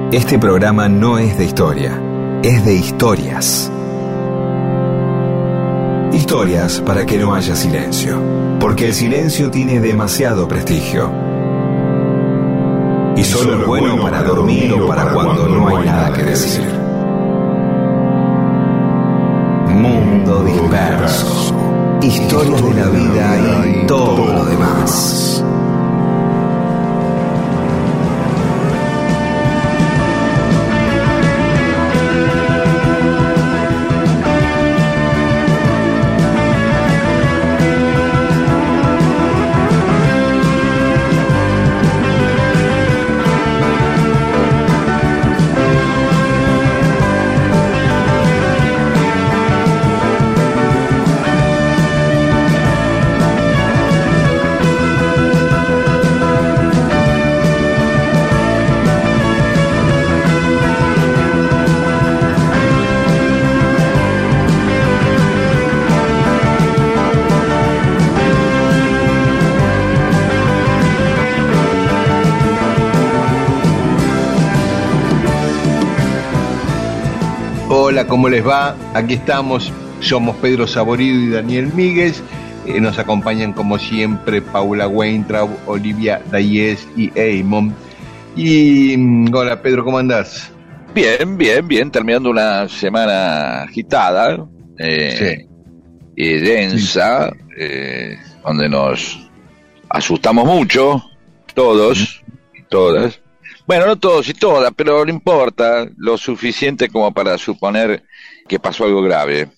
Este programa no es de historia, es de historias. Historias para que no haya silencio, porque el silencio tiene demasiado prestigio. Y solo es bueno para dormir o para cuando no hay nada que decir. Mundo disperso. Historias de la vida y todo lo demás. Hola, ¿cómo les va? Aquí estamos, somos Pedro Saborido y Daniel Míguez. Nos acompañan como siempre Paula Weintraub, Olivia Dayes y Eamon. Y hola Pedro, ¿cómo andás? Bien, terminando una semana agitada, Sí. y densa, donde nos asustamos mucho, todos y todas. Bueno, no todos y todas, pero no importa, lo suficiente como para suponer que pasó algo grave.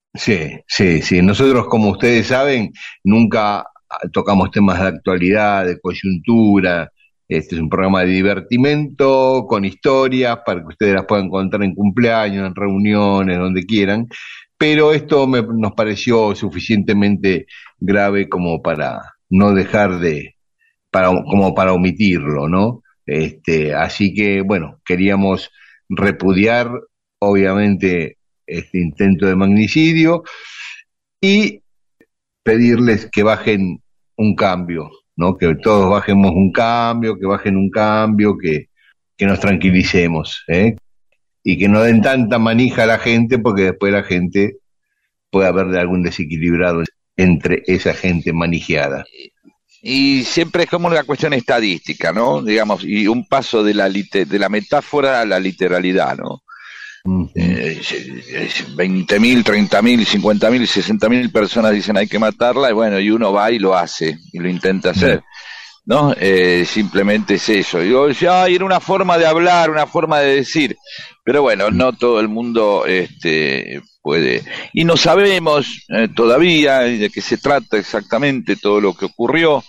Sí. Nosotros, como ustedes saben, nunca tocamos temas de actualidad, de coyuntura. Este es un programa de divertimento, con historias, para que ustedes las puedan contar en cumpleaños, en reuniones, donde quieran. Pero esto nos pareció suficientemente grave como para no dejar como para omitirlo, ¿no? Así que, bueno, queríamos repudiar, obviamente, este intento de magnicidio y pedirles que bajen un cambio, ¿no? Que todos bajemos un cambio, que bajen un cambio, que nos tranquilicemos, ¿eh? Y que no den tanta manija a la gente, porque después la gente puede haber algún desequilibrado entre esa gente manijeada. Y siempre es como una cuestión estadística, ¿no? Digamos, y un paso de la metáfora a la literalidad, ¿no? Uh-huh. 20.000, 30.000, 50.000, 60.000 personas dicen hay que matarla, y bueno, y uno va y lo hace, y lo intenta hacer, ¿no? Simplemente es eso. Digo, era una forma de hablar, una forma de decir, pero bueno, no todo el mundo puede. Y no sabemos todavía de qué se trata exactamente todo lo que ocurrió.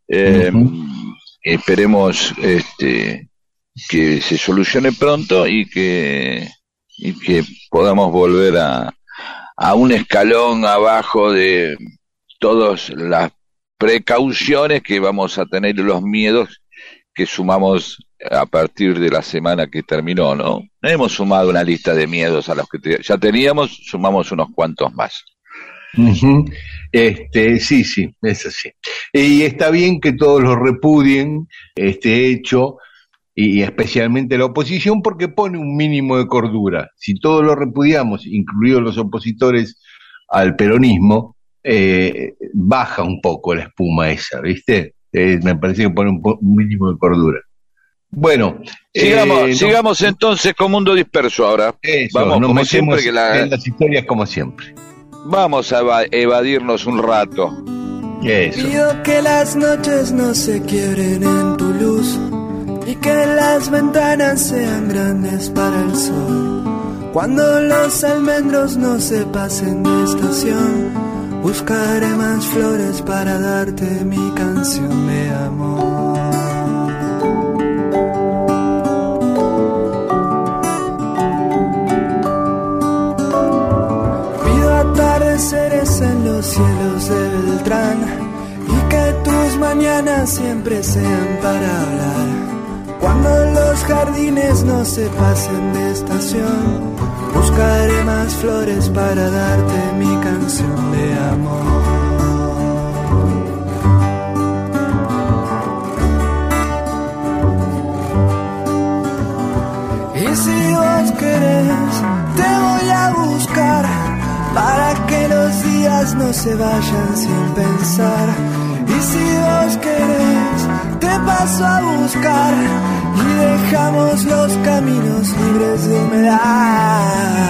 Esperemos que se solucione pronto y que podamos volver a un escalón abajo de todas las precauciones que vamos a tener y los miedos que sumamos a partir de la semana que terminó, ¿no? Hemos sumado una lista de miedos a los que ya teníamos, sumamos unos cuantos más. Uh-huh. Sí, es así. Y está bien que todos lo repudien, este hecho, y especialmente la oposición, porque pone un mínimo de cordura. Si todos lo repudiamos, incluidos los opositores al peronismo, baja un poco la espuma esa, ¿viste? Me parece que pone un mínimo de cordura. Bueno, sigamos entonces con Mundo Disperso ahora. Eso, vamos, nos como metemos siempre, en las historias como siempre. Vamos a evadirnos un rato. Eso. Pido que las noches no se quiebren en tu luz y que las ventanas sean grandes para el sol. Cuando los almendros no se pasen de estación, buscaré más flores para darte mi canción de amor. Atardeceres en los cielos de Beltrán y que tus mañanas siempre sean para hablar. Cuando los jardines no se pasen de estación, buscaré más flores para darte mi canción de amor. querés, te voy a buscar para que los días no se vayan sin pensar. Y si vos querés, te paso a buscar y dejamos los caminos libres de humedad.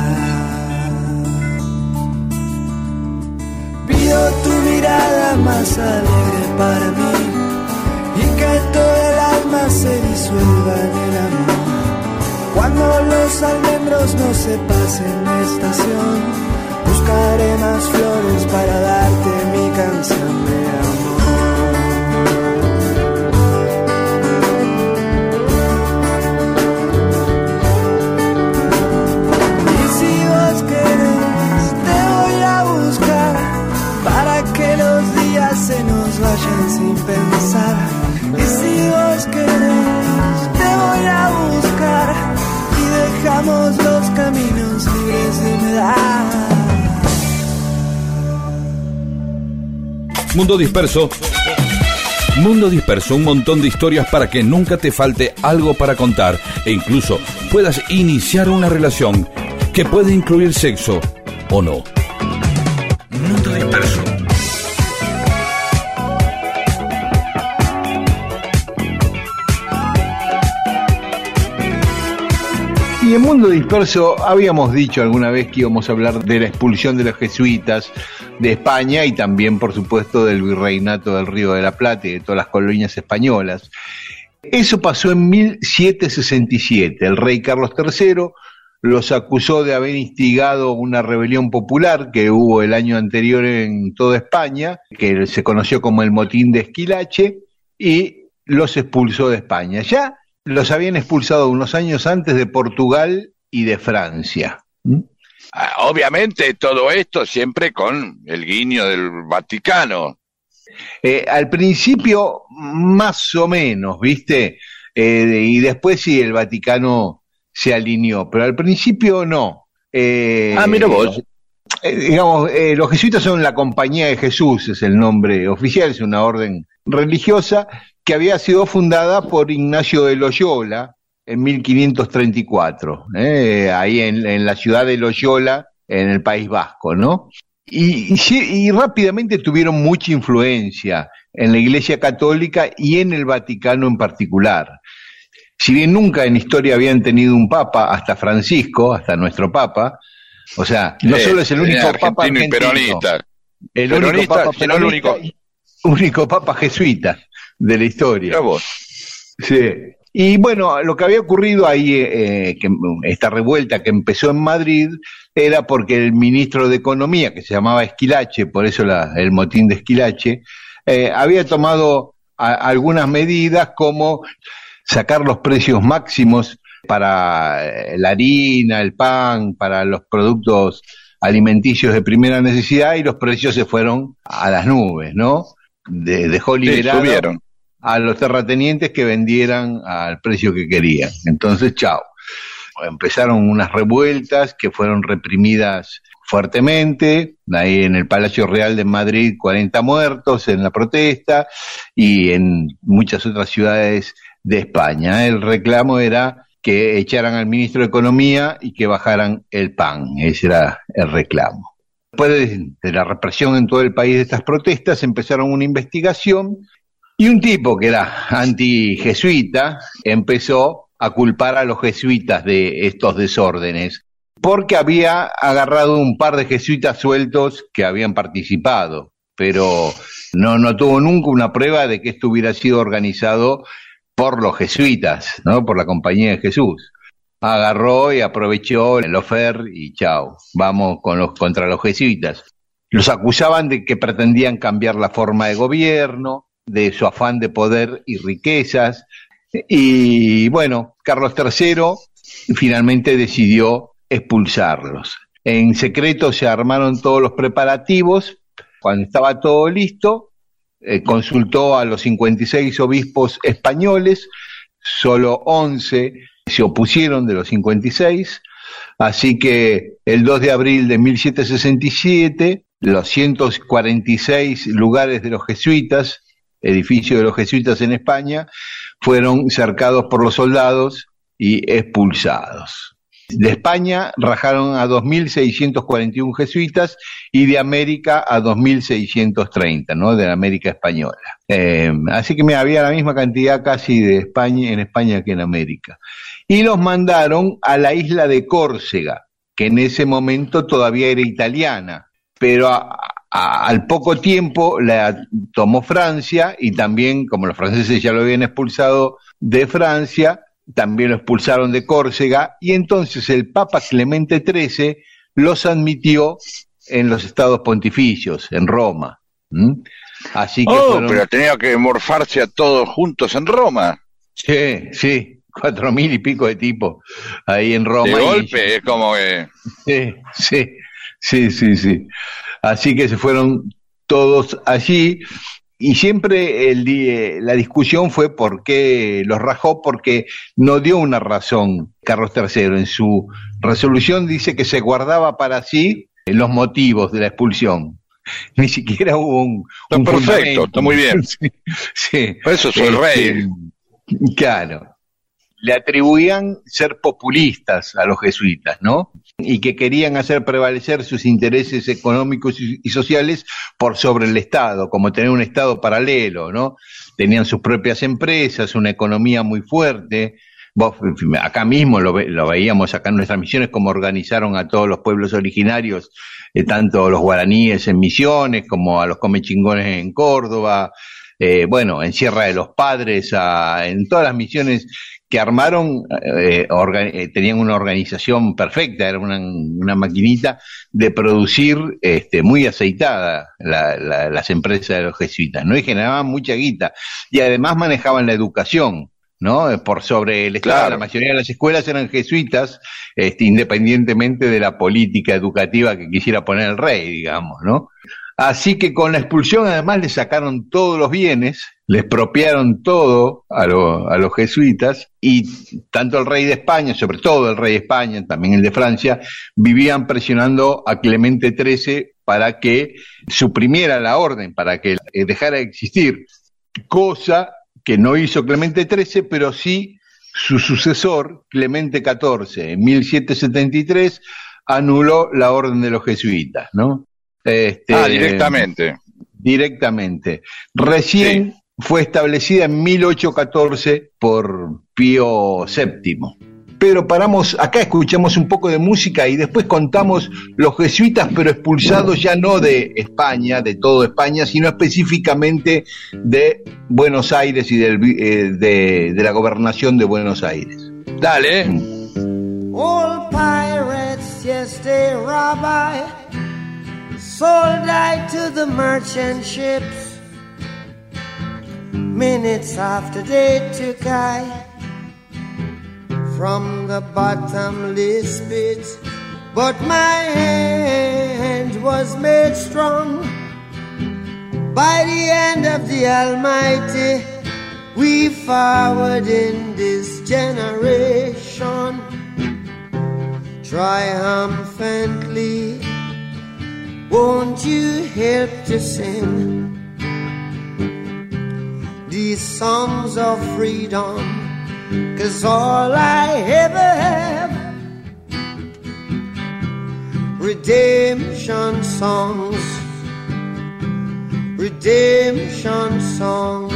Pido tu mirada más alegre para mí y que todo el alma se disuelva en el amor. Cuando los almendros no se pasen de estación, buscaré más flores para darte mi canción de amor. Y si vos querés, te voy a buscar para que los días se nos vayan sin pensar. Y si vos querés, te voy a buscar y dejamos los caminos libres de humedad. Mundo Disperso. Mundo Disperso, un montón de historias para que nunca te falte algo para contar e incluso puedas iniciar una relación que puede incluir sexo o no. Mundo Disperso. Y en Mundo Disperso habíamos dicho alguna vez que íbamos a hablar de la expulsión de los jesuitas de España y también, por supuesto, del virreinato del Río de la Plata y de todas las colonias españolas. Eso pasó en 1767. El rey Carlos III los acusó de haber instigado una rebelión popular que hubo el año anterior en toda España, que se conoció como el motín de Esquilache, y los expulsó de España. Ya los habían expulsado unos años antes de Portugal y de Francia. Obviamente todo esto siempre con el guiño del Vaticano. Al principio más o menos, ¿viste? Y después sí, el Vaticano se alineó, pero al principio no. Mira vos. Digamos, los jesuitas son la Compañía de Jesús, es el nombre oficial, es una orden religiosa que había sido fundada por Ignacio de Loyola en 1534, ahí en la ciudad de Loyola, en el País Vasco, ¿no? Y rápidamente tuvieron mucha influencia en la Iglesia Católica y en el Vaticano en particular. Si bien nunca en historia habían tenido un papa, hasta Francisco, hasta nuestro papa, o sea, no solo es el único papa argentino, y peronista. El único papa jesuita de la historia. Sí. Y bueno, lo que había ocurrido ahí, que esta revuelta que empezó en Madrid, era porque el ministro de Economía, que se llamaba Esquilache, por eso el motín de Esquilache, había tomado algunas medidas como sacar los precios máximos para la harina, el pan, para los productos alimenticios de primera necesidad, y los precios se fueron a las nubes, ¿no? Dejó liberado a los terratenientes que vendieran al precio que querían. Entonces, chao. Empezaron unas revueltas que fueron reprimidas fuertemente. Ahí en el Palacio Real de Madrid, 40 muertos en la protesta, y en muchas otras ciudades de España. El reclamo era que echaran al ministro de Economía y que bajaran el pan. Ese era el reclamo. Después de la represión en todo el país de estas protestas, empezaron una investigación y un tipo que era anti-jesuita empezó a culpar a los jesuitas de estos desórdenes, porque había agarrado un par de jesuitas sueltos que habían participado, pero no tuvo nunca una prueba de que esto hubiera sido organizado por los jesuitas, ¿no? Por la Compañía de Jesús. Agarró y aprovechó el ofer y chao, vamos contra los jesuitas. Los acusaban de que pretendían cambiar la forma de gobierno, de su afán de poder y riquezas, y bueno, Carlos III finalmente decidió expulsarlos. En secreto se armaron todos los preparativos. Cuando estaba todo listo, consultó a los 56 obispos españoles, solo 11 se opusieron de los 56, así que el 2 de abril de 1767, los 146 lugares de los jesuitas, edificio de los jesuitas en España, fueron cercados por los soldados y expulsados. De España rajaron a 2.641 jesuitas y de América a 2.630, ¿no? De la América española. Así que había la misma cantidad casi de España en España que en América. Y los mandaron a la isla de Córcega, que en ese momento todavía era italiana, pero al poco tiempo la tomó Francia y también, como los franceses ya lo habían expulsado de Francia, también lo expulsaron de Córcega, y entonces el Papa Clemente XIII los admitió en los estados pontificios, en Roma. Así que pero tenía que morfarse a todos juntos en Roma. Sí, 4.000 y pico de tipos ahí en Roma. De golpe, es como que... Sí. Así que se fueron todos allí. Y siempre la discusión fue por qué los rajó, porque no dio una razón Carlos III. En su resolución dice que se guardaba para sí los motivos de la expulsión. Ni siquiera hubo un perfecto, fundamento. Está muy bien. Sí. Por eso soy el rey. Claro. Le atribuían ser populistas a los jesuitas, ¿no? Y que querían hacer prevalecer sus intereses económicos y sociales por sobre el Estado, como tener un Estado paralelo, ¿no? Tenían sus propias empresas, una economía muy fuerte. Acá mismo lo veíamos acá en nuestras misiones, cómo organizaron a todos los pueblos originarios, tanto los guaraníes en Misiones, como a los comechingones en Córdoba, en Sierra de los Padres, en todas las misiones que armaron, tenían una organización perfecta, era una maquinita de producir muy aceitada las empresas de los jesuitas, ¿no? Y generaban mucha guita, y además manejaban la educación, ¿no? Por sobre el Estado. Claro. La mayoría de las escuelas eran jesuitas, independientemente de la política educativa que quisiera poner el rey, digamos, ¿no? Así que con la expulsión además le sacaron todos los bienes, le expropiaron todo a los jesuitas, y tanto el rey de España, sobre todo el rey de España, también el de Francia, vivían presionando a Clemente XIII para que suprimiera la orden, para que dejara de existir, cosa que no hizo Clemente XIII, pero sí su sucesor, Clemente XIV, en 1773, anuló la orden de los jesuitas, ¿no? Directamente. Directamente. Recién fue establecida en 1814 por Pío VII. Pero paramos, acá escuchamos un poco de música y después contamos los jesuitas, pero expulsados ya no de España, de toda España, sino específicamente de Buenos Aires y de la gobernación de Buenos Aires. Dale. Old pirates, yes, they rabbi, sold I to the merchant ships. Minutes after they took I from the bottomless pit, but my hand was made strong by the hand of the Almighty. We forward in this generation triumphantly. Won't you help to sing these songs of freedom? 'Cause all I ever have, redemption songs, redemption songs.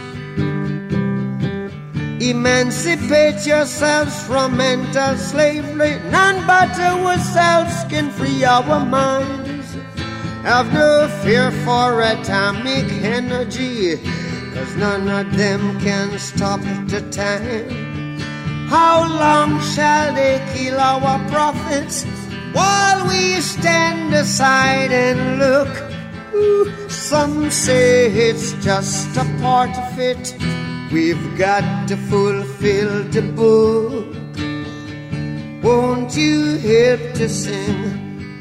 Emancipate yourselves from mental slavery. None but ourselves can free our minds. Have no fear for atomic energy, 'cause none of them can stop the time. How long shall they kill our prophets while we stand aside and look? Some say it's just a part of it. We've got to fulfill the book. Won't you help to sing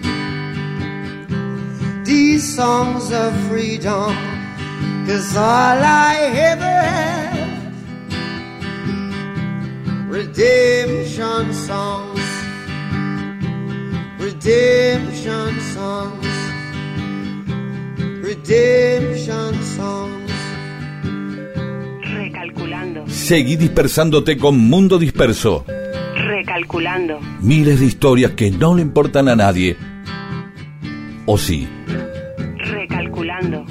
these songs of freedom? 'Cause all I ever have, redemption songs, redemption songs, redemption songs. Seguí dispersándote con Mundo Disperso. Recalculando. Recalculando. Miles de historias que no le importan a nadie. ¿O sí? Recalculando.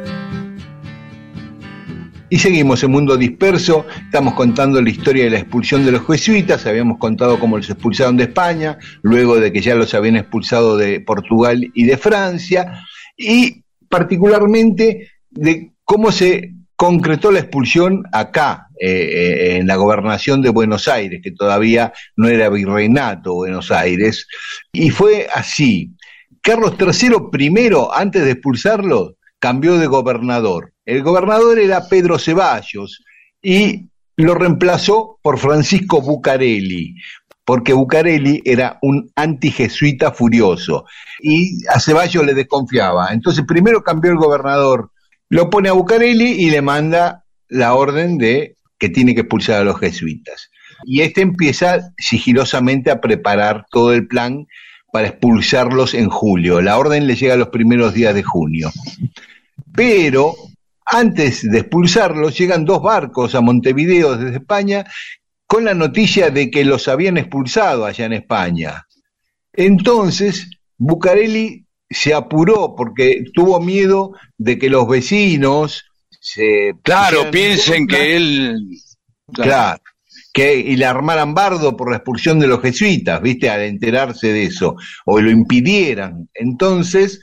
Y seguimos en Mundo Disperso, estamos contando la historia de la expulsión de los jesuitas, habíamos contado cómo los expulsaron de España, luego de que ya los habían expulsado de Portugal y de Francia, y particularmente de cómo se concretó la expulsión acá, en la gobernación de Buenos Aires, que todavía no era virreinato Buenos Aires, y fue así. Carlos III primero, antes de expulsarlo, cambió de gobernador. El gobernador era Pedro Ceballos y lo reemplazó por Francisco Bucareli, porque Bucareli era un antijesuita furioso y a Ceballos le desconfiaba. Entonces primero cambió el gobernador, lo pone a Bucareli y le manda la orden de que tiene que expulsar a los jesuitas. Y empieza sigilosamente a preparar todo el plan para expulsarlos en julio. La orden le llega a los primeros días de junio. Pero antes de expulsarlos llegan 2 barcos a Montevideo desde España con la noticia de que los habían expulsado allá en España. Entonces Bucareli se apuró porque tuvo miedo de que los vecinos se... Claro, piensen que él... Claro. Y le armaran bardo por la expulsión de los jesuitas, ¿viste? Al enterarse de eso, o lo impidieran. Entonces,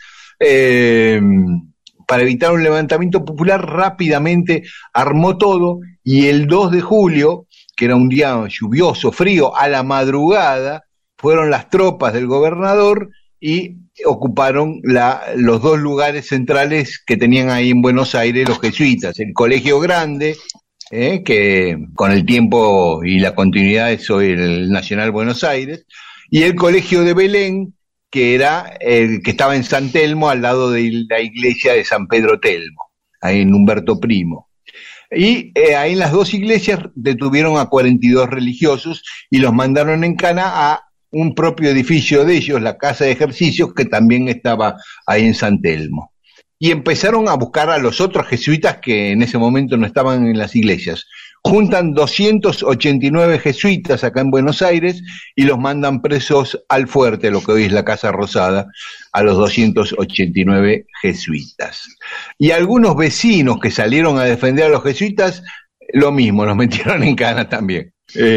para evitar un levantamiento popular, rápidamente armó todo, y el 2 de julio, que era un día lluvioso, frío, a la madrugada, fueron las tropas del gobernador y ocuparon los 2 lugares centrales que tenían ahí en Buenos Aires los jesuitas, el Colegio Grande, que con el tiempo y la continuidad es hoy el Nacional Buenos Aires, y el Colegio de Belén, que era el que estaba en San Telmo, al lado de la iglesia de San Pedro Telmo, ahí en Humberto Primo. Y ahí en las 2 iglesias detuvieron a 42 religiosos y los mandaron en cana a un propio edificio de ellos, la Casa de Ejercicios, que también estaba ahí en San Telmo. Y empezaron a buscar a los otros jesuitas que en ese momento no estaban en las iglesias. Juntan 289 jesuitas acá en Buenos Aires y los mandan presos al fuerte, lo que hoy es la Casa Rosada, a los 289 jesuitas. Y algunos vecinos que salieron a defender a los jesuitas, lo mismo, los metieron en cana también.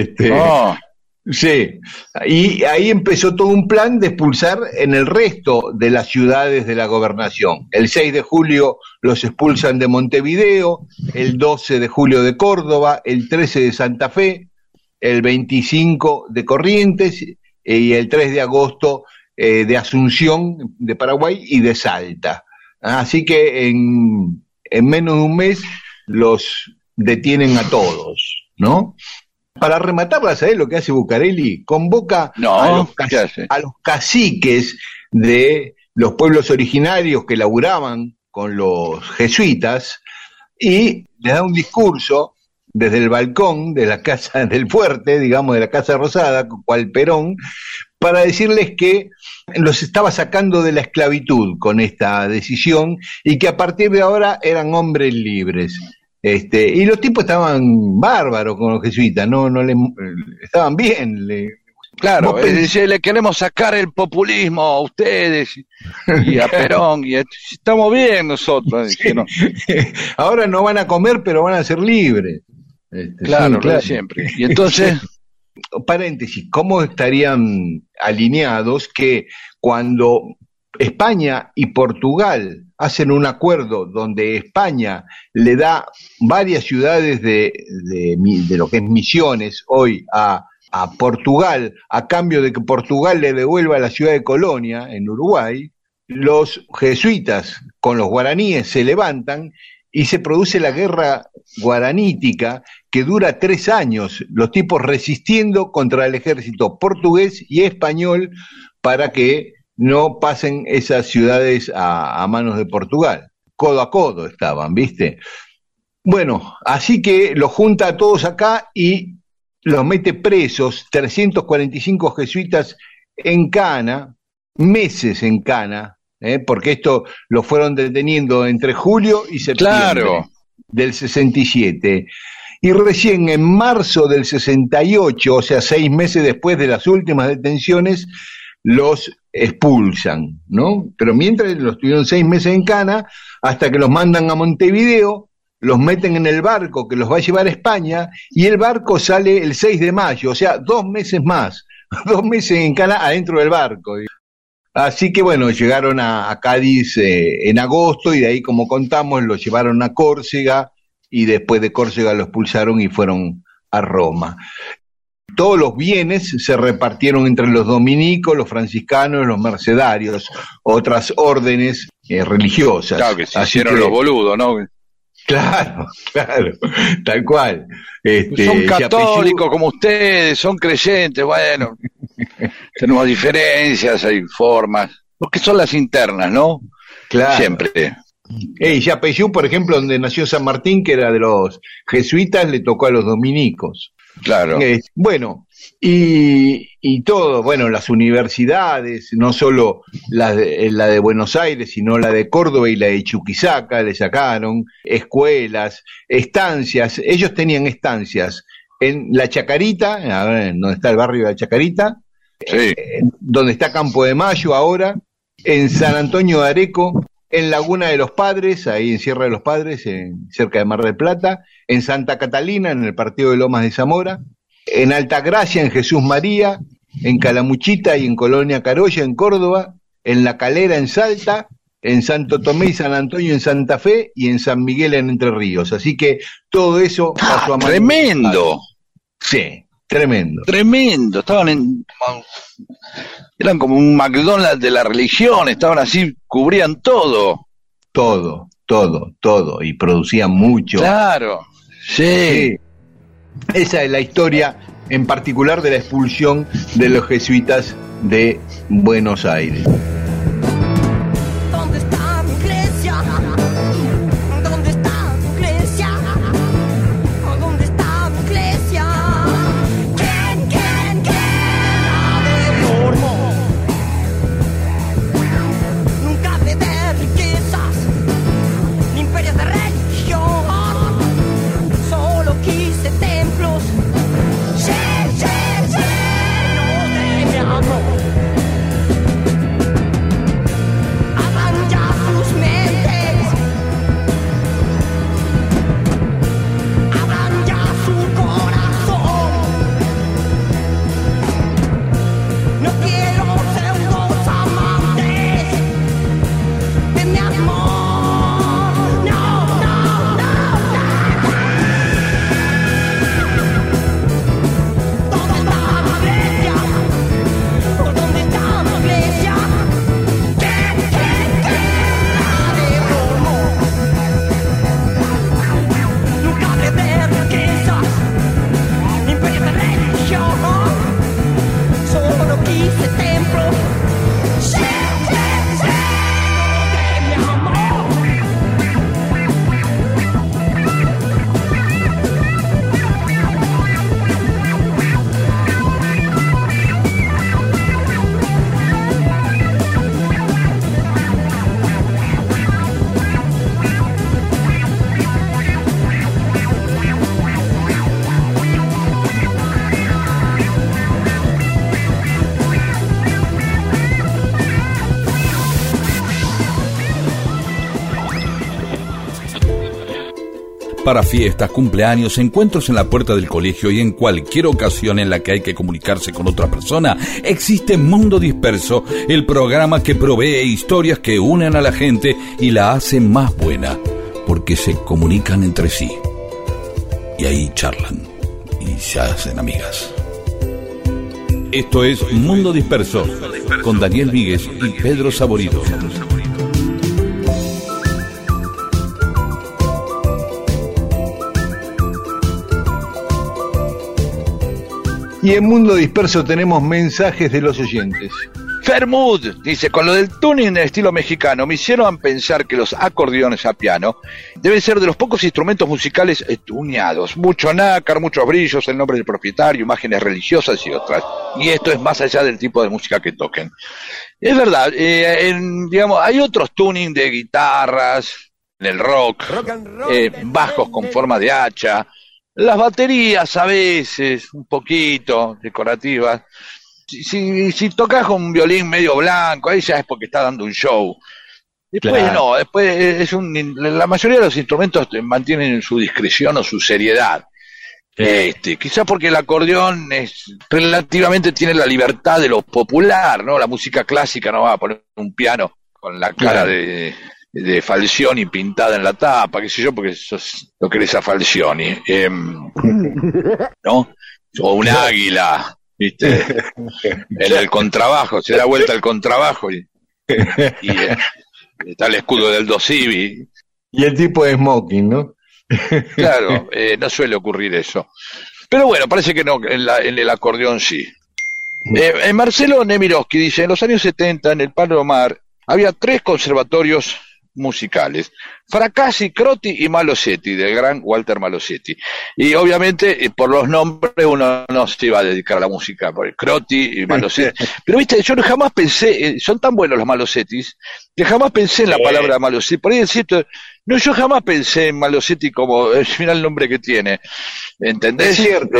Sí, y ahí empezó todo un plan de expulsar en el resto de las ciudades de la gobernación. El 6 de julio los expulsan de Montevideo, el 12 de julio de Córdoba, el 13 de Santa Fe, el 25 de Corrientes y el 3 de agosto de Asunción, de Paraguay, y de Salta. Así que en menos de un mes los detienen a todos, ¿no? Para rematar, ¿sabés lo que hace Bucareli? Convoca a los caciques de los pueblos originarios que laburaban con los jesuitas y les da un discurso desde el balcón de la casa del fuerte, digamos, de la Casa Rosada, cual Perón, para decirles que los estaba sacando de la esclavitud con esta decisión y que a partir de ahora eran hombres libres. Y los tipos estaban bárbaros con los jesuitas, estaban bien. Claro, le queremos sacar el populismo a ustedes y a Perón, y estamos bien nosotros. Sí. Ahora no van a comer, pero van a ser libres. Claro, siempre. Y entonces... Paréntesis, ¿cómo estarían alineados que cuando España y Portugal hacen un acuerdo donde España le da varias ciudades de lo que es Misiones hoy a Portugal, a cambio de que Portugal le devuelva la ciudad de Colonia en Uruguay? Los jesuitas con los guaraníes se levantan y se produce la guerra guaranítica, que dura 3 años, los tipos resistiendo contra el ejército portugués y español para que no pasen esas ciudades a manos de Portugal. Codo a codo estaban, ¿viste? Bueno, así que los junta a todos acá y los mete presos, 345 jesuitas en cana, meses en cana, porque esto lo fueron deteniendo entre julio y septiembre del 67. y recién en marzo del 68, o sea, 6 meses después de las últimas detenciones, los expulsan, ¿no? Pero mientras los tuvieron 6 meses en cana, hasta que los mandan a Montevideo, los meten en el barco que los va a llevar a España, y el barco sale el 6 de mayo, o sea, 2 meses más, 2 meses en cana adentro del barco. Así que bueno, llegaron a Cádiz en agosto, y de ahí, como contamos, los llevaron a Córcega, y después de Córcega los expulsaron y fueron a Roma. Todos los bienes se repartieron entre los dominicos, los franciscanos, los mercedarios, otras órdenes religiosas. Claro, que se hicieron los boludos, ¿no? Claro, tal cual. Son católicos como ustedes, son creyentes, bueno, tenemos diferencias, hay formas, porque son las internas, ¿no? Claro. Siempre. Yapeyú, por ejemplo, donde nació San Martín, que era de los jesuitas, le tocó a los dominicos. Claro. Bueno, y todo, bueno, las universidades, no solo la de Buenos Aires, sino la de Córdoba y la de Chuquisaca, le sacaron, escuelas, estancias, ellos tenían estancias en La Chacarita, a ver, donde está el barrio de La Chacarita, sí. Donde está Campo de Mayo ahora, en San Antonio de Areco, en Laguna de los Padres, ahí en Sierra de los Padres, cerca de Mar del Plata, en Santa Catalina, en el partido de Lomas de Zamora, en Altagracia, en Jesús María, en Calamuchita y en Colonia Carolla, en Córdoba, en La Calera, en Salta, en Santo Tomé y San Antonio, en Santa Fe, y en San Miguel, en Entre Ríos. Así que todo eso pasó a mano. ¡Tremendo! Sí, tremendo. Tremendo, eran como un McDonald's de la religión, estaban así, cubrían todo. Todo, y producían mucho. Claro, sí. Esa es la historia, en particular, de la expulsión de los jesuitas de Buenos Aires. ¿Dónde está mi iglesia? ¿Dónde está mi iglesia? ¿Dónde está mi iglesia? ¿Quién la deformó? Nunca hablé de riquezas ni imperios de religión, solo quise templos llenos de mi amor. Abran ya sus mentes, abran ya su corazón. No quiero ser dos amantes de mi amor. No. ¿Dónde está mi iglesia? ¿Dónde está mi iglesia? ¿Quién la deformó? Nunca hablé de riquezas ni imperios de religión, solo quise templos llenos de mi amor. Para fiestas, cumpleaños, encuentros en la puerta del colegio y en cualquier ocasión en la que hay que comunicarse con otra persona, existe Mundo Disperso, el programa que provee historias que unen a la gente y la hacen más buena, porque se comunican entre sí. Y ahí charlan y se hacen amigas. Esto es Mundo Disperso, con Daniel Víguez y Pedro Saborido. Y en Mundo Disperso tenemos mensajes de los oyentes. Fermud dice, con lo del tuning en estilo mexicano, me hicieron pensar que los acordeones a piano deben ser de los pocos instrumentos musicales tuneados. Mucho nácar, muchos brillos, el nombre del propietario, imágenes religiosas y otras. Y esto es más allá del tipo de música que toquen. Es verdad, digamos, hay otros tuning de guitarras, en el rock, bajos con forma de hacha, Las baterías a veces, un poquito decorativas. Si tocas con un violín medio blanco, ahí ya es porque está dando un show. Después Claro. no, después la mayoría de los instrumentos mantienen su discreción o su seriedad. Quizás porque el acordeón relativamente tiene la libertad de lo popular, ¿no? La música clásica no va a poner un piano con la cara de Falcioni pintada en la tapa, qué sé yo, porque sos lo que eres a Falcioni, ¿no? O un águila, ¿viste? En el contrabajo, se da vuelta el contrabajo y está el escudo del Dosivi. Y el tipo de smoking, ¿no? Claro, no suele ocurrir eso. Pero bueno, parece que no, en el acordeón sí. Marcelo Nemirovsky dice, en los años 70 en el Palomar había 3 conservatorios musicales: Fracassi, Croti y Malosetti, del gran Walter Malosetti. Y obviamente por los nombres uno no se iba a dedicar a la música, por el Croti y Malosetti. Pero viste, yo jamás pensé, son tan buenos los Malosettis, que jamás pensé en la palabra Malosetti. Por ahí es cierto, no, yo jamás pensé en Malosetti como, mira el nombre que tiene, ¿entendés? Es cierto,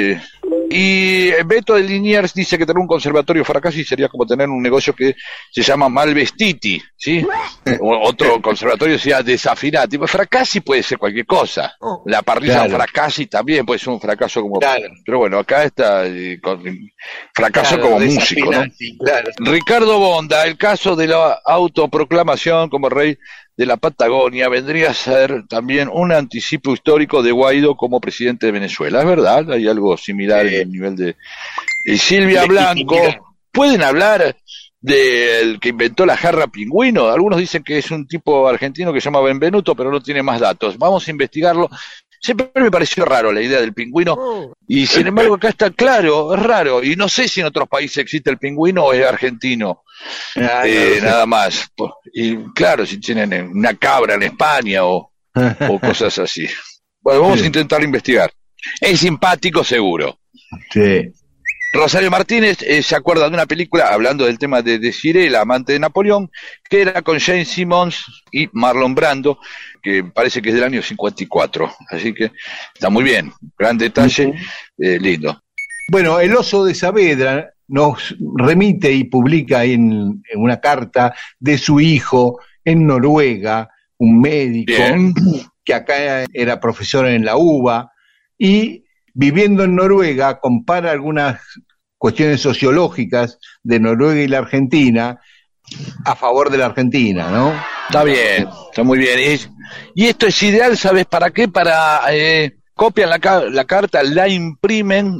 Y Beto de Liniers dice que tener un conservatorio Fracassi sería como tener un negocio que se llama Malvestiti, ¿sí? Otro conservatorio sería Desafinati. Pues Fracassi puede ser cualquier cosa. La parrilla Fracassi también puede ser un fracaso como... Claro. Pero bueno, acá está fracaso como músico, ¿no? Claro. Ricardo Bonda, el caso de la autoproclamación como rey de la Patagonia vendría a ser también un anticipo histórico de Guaidó como presidente de Venezuela. Es verdad, hay algo similar en el nivel de... Silvia Blanco, ¿pueden hablar del que inventó la jarra pingüino? Algunos dicen que es un tipo argentino que se llama Benvenuto, pero no tiene más datos. Vamos a investigarlo. Siempre me pareció raro la idea del pingüino, y sin embargo acá está claro, es raro, y no sé si en otros países existe el pingüino o es argentino, nada más. Y claro, si tienen una cabra en España o cosas así. Bueno, vamos a intentar investigar. Es simpático seguro. Sí. Rosario Martínez se acuerda de una película, hablando del tema de Desiree, la amante de Napoleón, que era con Jane Simmons y Marlon Brando, que parece que es del año 54. Así que está muy bien, gran detalle, lindo. Bueno, el Oso de Saavedra nos remite y publica en una carta de su hijo en Noruega, un médico que acá era profesor en la UBA, y viviendo en Noruega compara algunas cuestiones sociológicas de Noruega y la Argentina a favor de la Argentina, ¿no? Está bien, está muy bien. Y esto es ideal, ¿sabes para qué? Para copian la carta, la imprimen,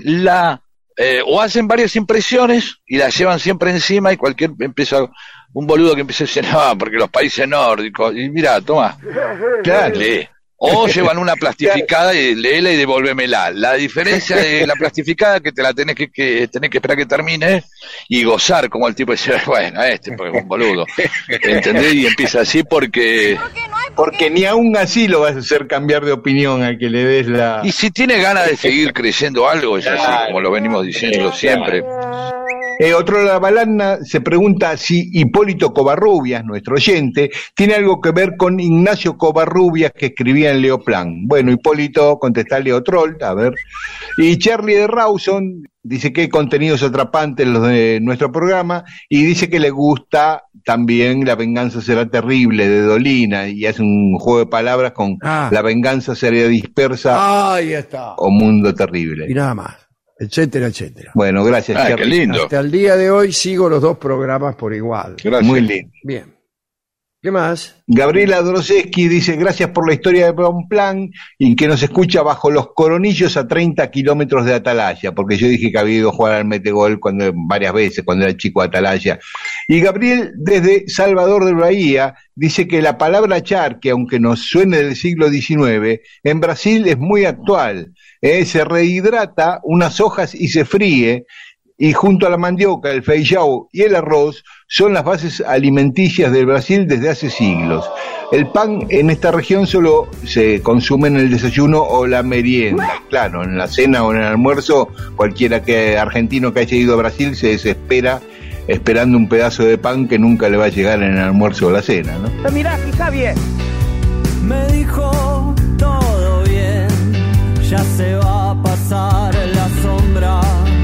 o hacen varias impresiones y la llevan siempre encima, y un boludo que empieza a decir, no, porque los países nórdicos, y mira, toma, Claro. lee. O llevan una plastificada y léela y devolvémela. La diferencia de la plastificada que te la tenés que esperar que termine y gozar, como el tipo dice, bueno, porque es un boludo. ¿Entendés? Y empieza así porque ni aún así lo vas a hacer cambiar de opinión al que le des la... Y si tiene ganas de seguir creyendo algo, es así, como lo venimos diciendo siempre. Otro de la balana se pregunta si Hipólito Covarrubias, nuestro oyente, tiene algo que ver con Ignacio Covarrubias, que escribía en Leoplan. Bueno, Hipólito, contestale otro, a ver. Y Charlie de Rawson dice que hay contenidos atrapantes los de nuestro programa, y dice que le gusta también La venganza será terrible, de Dolina, y hace un juego de palabras con La venganza será dispersa. Ahí está. O Mundo Terrible. Y nada más, etcétera, etcétera. Bueno, gracias, Charlie. Qué lindo. Hasta el día de hoy sigo los 2 programas por igual. Gracias. Muy lindo. Bien. ¿Qué más? Gabriela Droseski dice, gracias por la historia de Bonplan, y que nos escucha bajo los Coronillos a 30 kilómetros de Atalaya, porque yo dije que había ido a jugar al Metegol varias veces cuando era chico a Atalaya. Y Gabriel, desde Salvador de Bahía, dice que la palabra charque, aunque nos suene del siglo XIX, en Brasil es muy actual. Se rehidrata unas hojas y se fríe, y junto a la mandioca, el feijão y el arroz son las bases alimenticias del Brasil desde hace siglos. El pan en esta región solo se consume en el desayuno o la merienda. Claro, en la cena o en el almuerzo, cualquiera argentino que haya ido a Brasil se desespera esperando un pedazo de pan que nunca le va a llegar en el almuerzo o la cena, ¿no? Mirá, fija bien. Me dijo todo bien, ya se va a pasar la sombra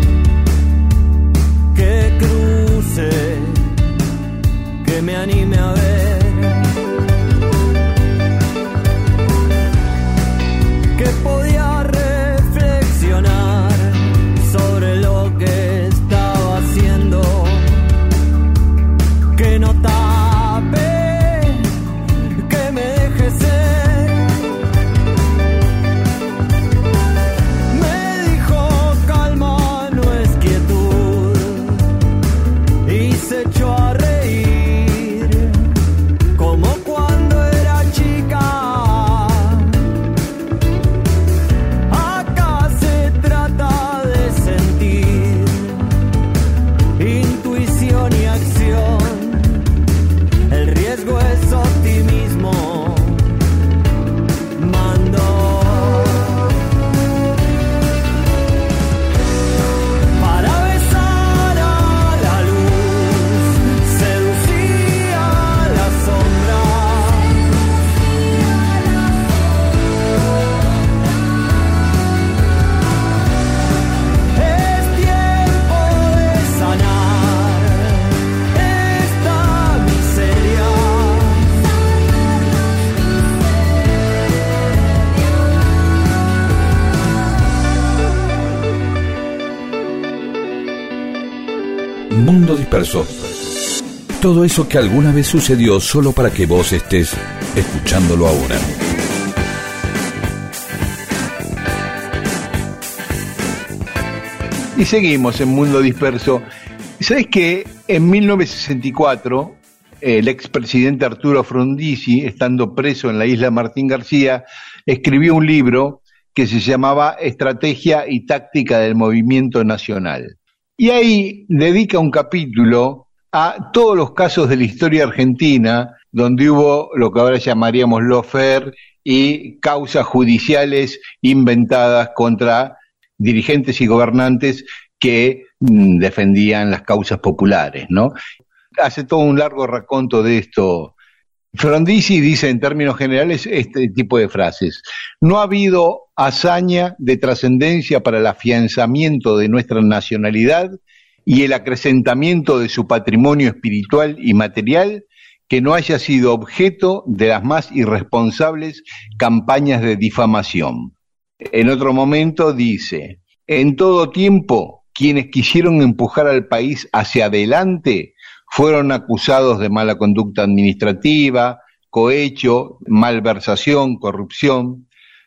que cruce, que me anime a ver, que podía reflexionar sobre lo que estaba haciendo, que no tape, que me deje ser. Me dijo calma, no es quietud, y se echó a reír como cuando era chica. Acá se trata de sentir intuición y acción. El riesgo es optimismo. Mando para besar a la luz, seducía la sombra. Es tiempo de sanar esta miseria. Mundo disperso. Todo eso que alguna vez sucedió solo para que vos estés escuchándolo ahora. Y seguimos en Mundo Disperso. ¿Sabés que en 1964 el expresidente Arturo Frondizi, estando preso en la isla Martín García, escribió un libro que se llamaba Estrategia y Táctica del Movimiento Nacional? Y ahí dedica un capítulo a todos los casos de la historia argentina donde hubo lo que ahora llamaríamos lawfare y causas judiciales inventadas contra dirigentes y gobernantes que defendían las causas populares, ¿no? Hace todo un largo raconto de esto. Frondizi dice en términos generales este tipo de frases: no ha habido hazaña de trascendencia para el afianzamiento de nuestra nacionalidad y el acrecentamiento de su patrimonio espiritual y material que no haya sido objeto de las más irresponsables campañas de difamación. En otro momento dice: en todo tiempo, quienes quisieron empujar al país hacia adelante fueron acusados de mala conducta administrativa, cohecho, malversación, corrupción,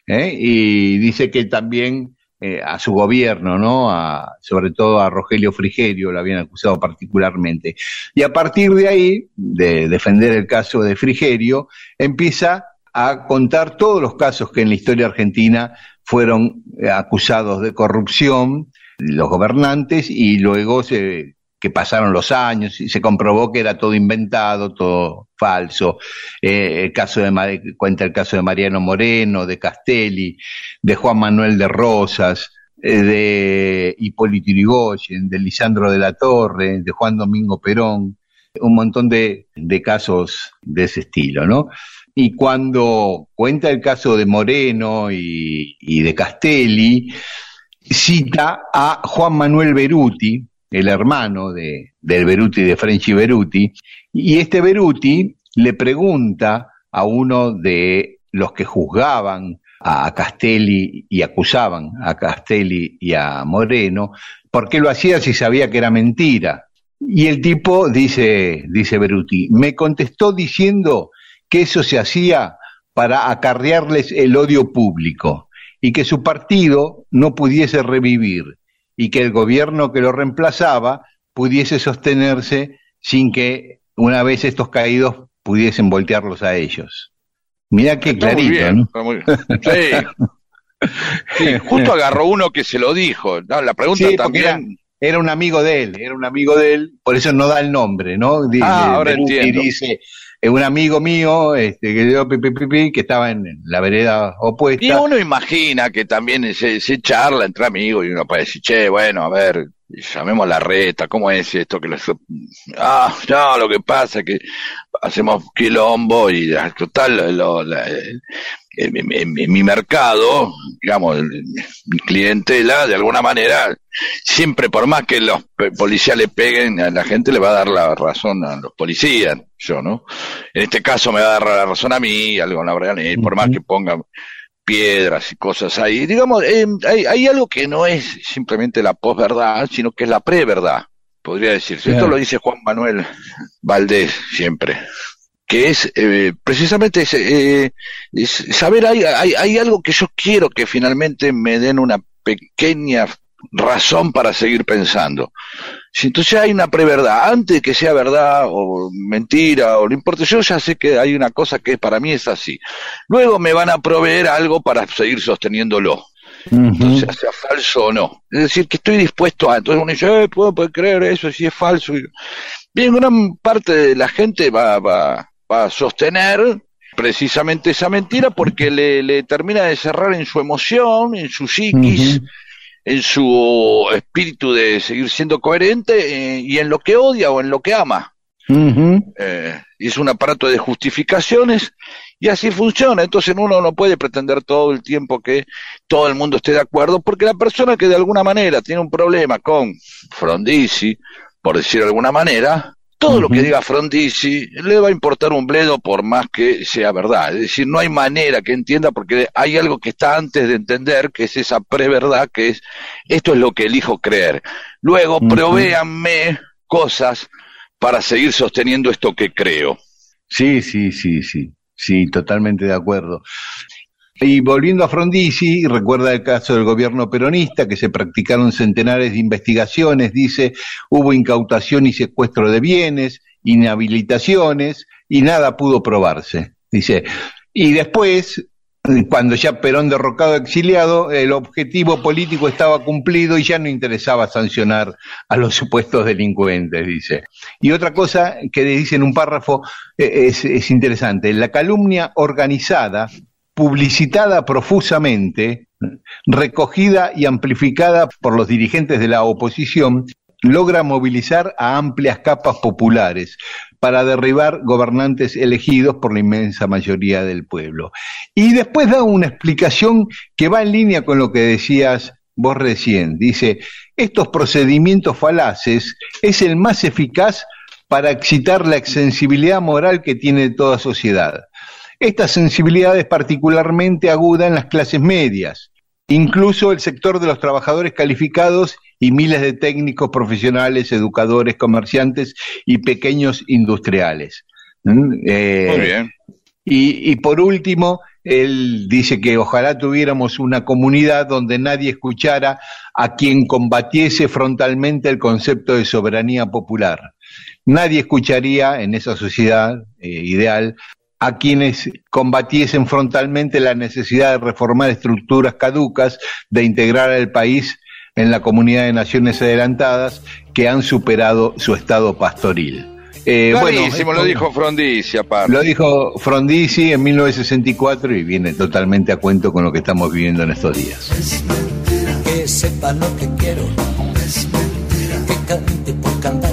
y dice que también a su gobierno, ¿no? Sobre todo a Rogelio Frigerio lo habían acusado particularmente. Y a partir de ahí, de defender el caso de Frigerio, empieza a contar todos los casos que en la historia argentina fueron acusados de corrupción, los gobernantes, y luego que pasaron los años y se comprobó que era todo inventado, todo falso. Cuenta el caso de Mariano Moreno, de Castelli, de Juan Manuel de Rosas, de Hipólito Yrigoyen, de Lisandro de la Torre, de Juan Domingo Perón, un montón de casos de ese estilo, ¿no? Y cuando cuenta el caso de Moreno y de Castelli, cita a Juan Manuel Beruti, el hermano del Beruti, de Frenchi Beruti, y este Beruti le pregunta a uno de los que juzgaban a Castelli y acusaban a Castelli y a Moreno, ¿por qué lo hacía si sabía que era mentira? Y el tipo dice Beruti, me contestó diciendo que eso se hacía para acarrearles el odio público y que su partido no pudiese revivir y que el gobierno que lo reemplazaba pudiese sostenerse sin que una vez estos caídos pudiesen voltearlos a ellos. Mirá qué está clarito, muy bien, ¿no? está muy bien. Sí, justo agarró uno que se lo dijo, ¿no? La pregunta Sí, porque también... era un amigo de él, por eso no da el nombre, ¿no? Ahora Beruti entiendo. dice, un amigo mío, que estaba en la vereda opuesta. Y uno imagina que también se charla entre amigos y uno puede decir, che, bueno, a ver, llamemos la reta, ¿cómo es esto? Que no, lo que pasa es que hacemos quilombo y total, mi mercado, digamos, mi clientela, de alguna manera, siempre por más que los policías le peguen, a la gente le va a dar la razón a los policías, yo, ¿no? En este caso me va a dar la razón a mí, algo la verdad, por más que pongan piedras y cosas ahí. Digamos, hay algo que no es simplemente la posverdad, sino que es la preverdad, podría decirse. Esto lo dice Juan Manuel Valdés siempre, que es precisamente saber, hay algo que yo quiero que finalmente me den una pequeña razón para seguir pensando. Si entonces hay una preverdad, antes de que sea verdad o mentira o no importa, yo ya sé que hay una cosa que para mí es así. Luego me van a proveer algo para seguir sosteniéndolo. Entonces, sea falso o no. Es decir, que estoy dispuesto a... Entonces uno dice, puedo creer eso si es falso. Bien, gran parte de la gente va a sostener precisamente esa mentira porque le termina de cerrar en su emoción, en su psiquis, en su espíritu de seguir siendo coherente y en lo que odia o en lo que ama. Y es un aparato de justificaciones y así funciona. Entonces uno no puede pretender todo el tiempo que todo el mundo esté de acuerdo, porque la persona que de alguna manera tiene un problema con Frondizi, por decir de alguna manera, todo lo que diga Frondizi le va a importar un bledo por más que sea verdad. Es decir, no hay manera que entienda, porque hay algo que está antes de entender, que es esa preverdad, que es, esto es lo que elijo creer. Luego, provéanme cosas para seguir sosteniendo esto que creo. Sí, totalmente de acuerdo. Y volviendo a Frondizi, recuerda el caso del gobierno peronista, que se practicaron centenares de investigaciones, dice, hubo incautación y secuestro de bienes, inhabilitaciones, y nada pudo probarse, dice. Y después, cuando ya Perón derrocado exiliado, el objetivo político estaba cumplido y ya no interesaba sancionar a los supuestos delincuentes, dice. Y otra cosa que dice en un párrafo es interesante, la calumnia organizada, publicitada profusamente, recogida y amplificada por los dirigentes de la oposición, logra movilizar a amplias capas populares para derribar gobernantes elegidos por la inmensa mayoría del pueblo. Y después da una explicación que va en línea con lo que decías vos recién. Dice, estos procedimientos falaces es el más eficaz para excitar la sensibilidad moral que tiene toda sociedad. Esta sensibilidad es particularmente aguda en las clases medias, incluso el sector de los trabajadores calificados y miles de técnicos profesionales, educadores, comerciantes y pequeños industriales. Muy bien. Y por último, él dice que ojalá tuviéramos una comunidad donde nadie escuchara a quien combatiese frontalmente el concepto de soberanía popular. Nadie escucharía en esa sociedad ideal a quienes combatiesen frontalmente la necesidad de reformar estructuras caducas, de integrar al país en la comunidad de naciones adelantadas que han superado su estado pastoril. Buenísimo, lo dijo Frondizi, aparte. Lo dijo Frondizi en 1964 y viene totalmente a cuento con lo que estamos viviendo en estos días. Es mentira que sepa lo que quiero, es mentira que cante por cantar.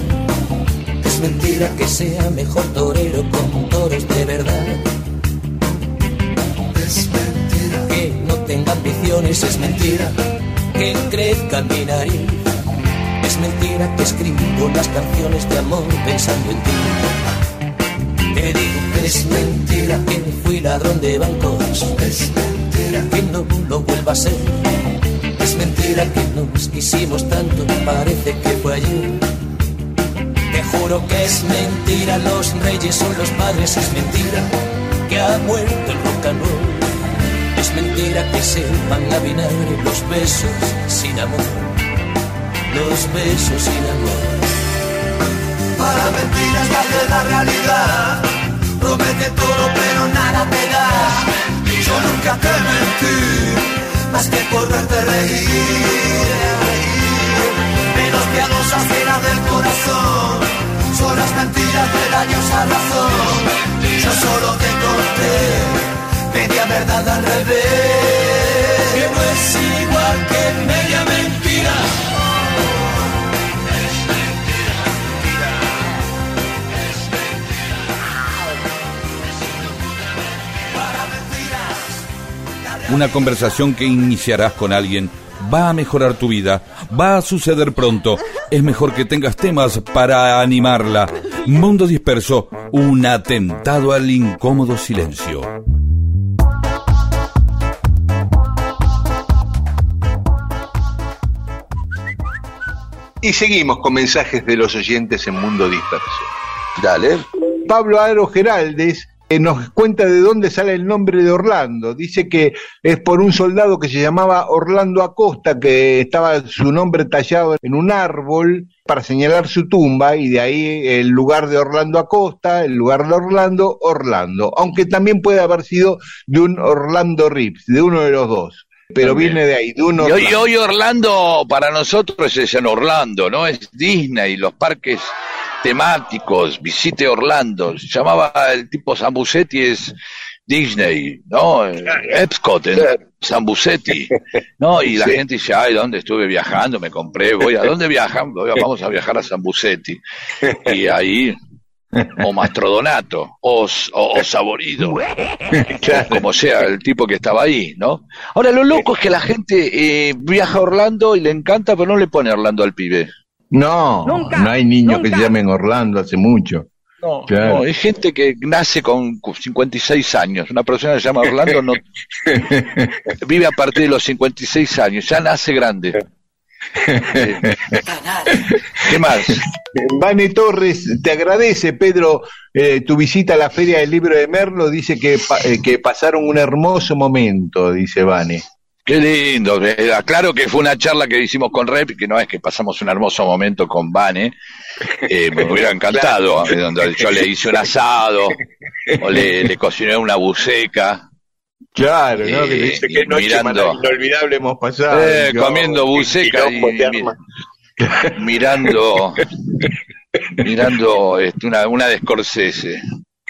Es mentira que sea mejor torero con toros de verdad. Es mentira que no tenga ambiciones, es mentira que crezca mi nariz. Es mentira que escribo las canciones de amor pensando en ti. Te digo que es mentira que fui ladrón de bancos. Es mentira que no lo vuelva a ser. Es mentira que nos quisimos tanto, parece que fue ayer. Te juro que es mentira, los reyes son los padres. Es mentira que ha muerto el rock and roll. Es mentira que sepan a vinagre los besos sin amor. Los besos sin amor. Para mentiras de la realidad, promete todo pero nada te da. Yo nunca te mentí, más que por verte reír. Menos piadosas que las del corazón, son las mentiras de daños a razón. Yo solo te conté media verdad al revés, que no es igual que media mentira. Para mentiras Una conversación que iniciarás con alguien va a mejorar tu vida, va a suceder pronto. Es mejor que tengas temas para animarla. Mundo Disperso, un atentado al incómodo silencio. Y seguimos con mensajes de los oyentes en Mundo Disperso. Dale. Pablo Aro Geraldes nos cuenta de dónde sale el nombre de Orlando. Dice que es por un soldado que se llamaba Orlando Acosta, que estaba su nombre tallado en un árbol para señalar su tumba, y de ahí el lugar de Orlando Acosta, el lugar de Orlando, aunque también puede haber sido de un Orlando Reeves, de uno de los dos. Pero también viene de ahí, de un Orlando. Y hoy Orlando para nosotros es en Orlando, ¿no? Es Disney, los parques temáticos, visite Orlando. Se llamaba el tipo Sambucetti, es Disney, ¿no? Epcot en Sambucetti, ¿no? Y la gente dice, ay, ¿dónde estuve viajando? Me compré, ¿a dónde viajan? Vamos a viajar a Sambucetti. Y ahí... o Mastrodonato, o Saborido, como sea el tipo que estaba ahí, ¿no? Ahora, lo loco es que la gente viaja a Orlando y le encanta, pero no le pone Orlando al pibe. No, no hay niños que se llamen Orlando hace mucho. No, claro. No, hay gente que nace con 56 años. Una persona que se llama Orlando no vive a partir de los 56 años, ya nace grande. ¿Qué más? Vane Torres te agradece, Pedro, tu visita a la Feria del Libro de Merlo. Dice que pasaron un hermoso momento, dice Vane. Qué lindo. Claro que fue una charla que hicimos con Rep, que no es que pasamos un hermoso momento con Vane. Me hubiera encantado, claro. Donde yo le hice un asado o le cociné una buceca. Claro, ¿no? Que dice que noche inolvidable hemos pasado. Comiendo buceca y mirando una de Scorsese.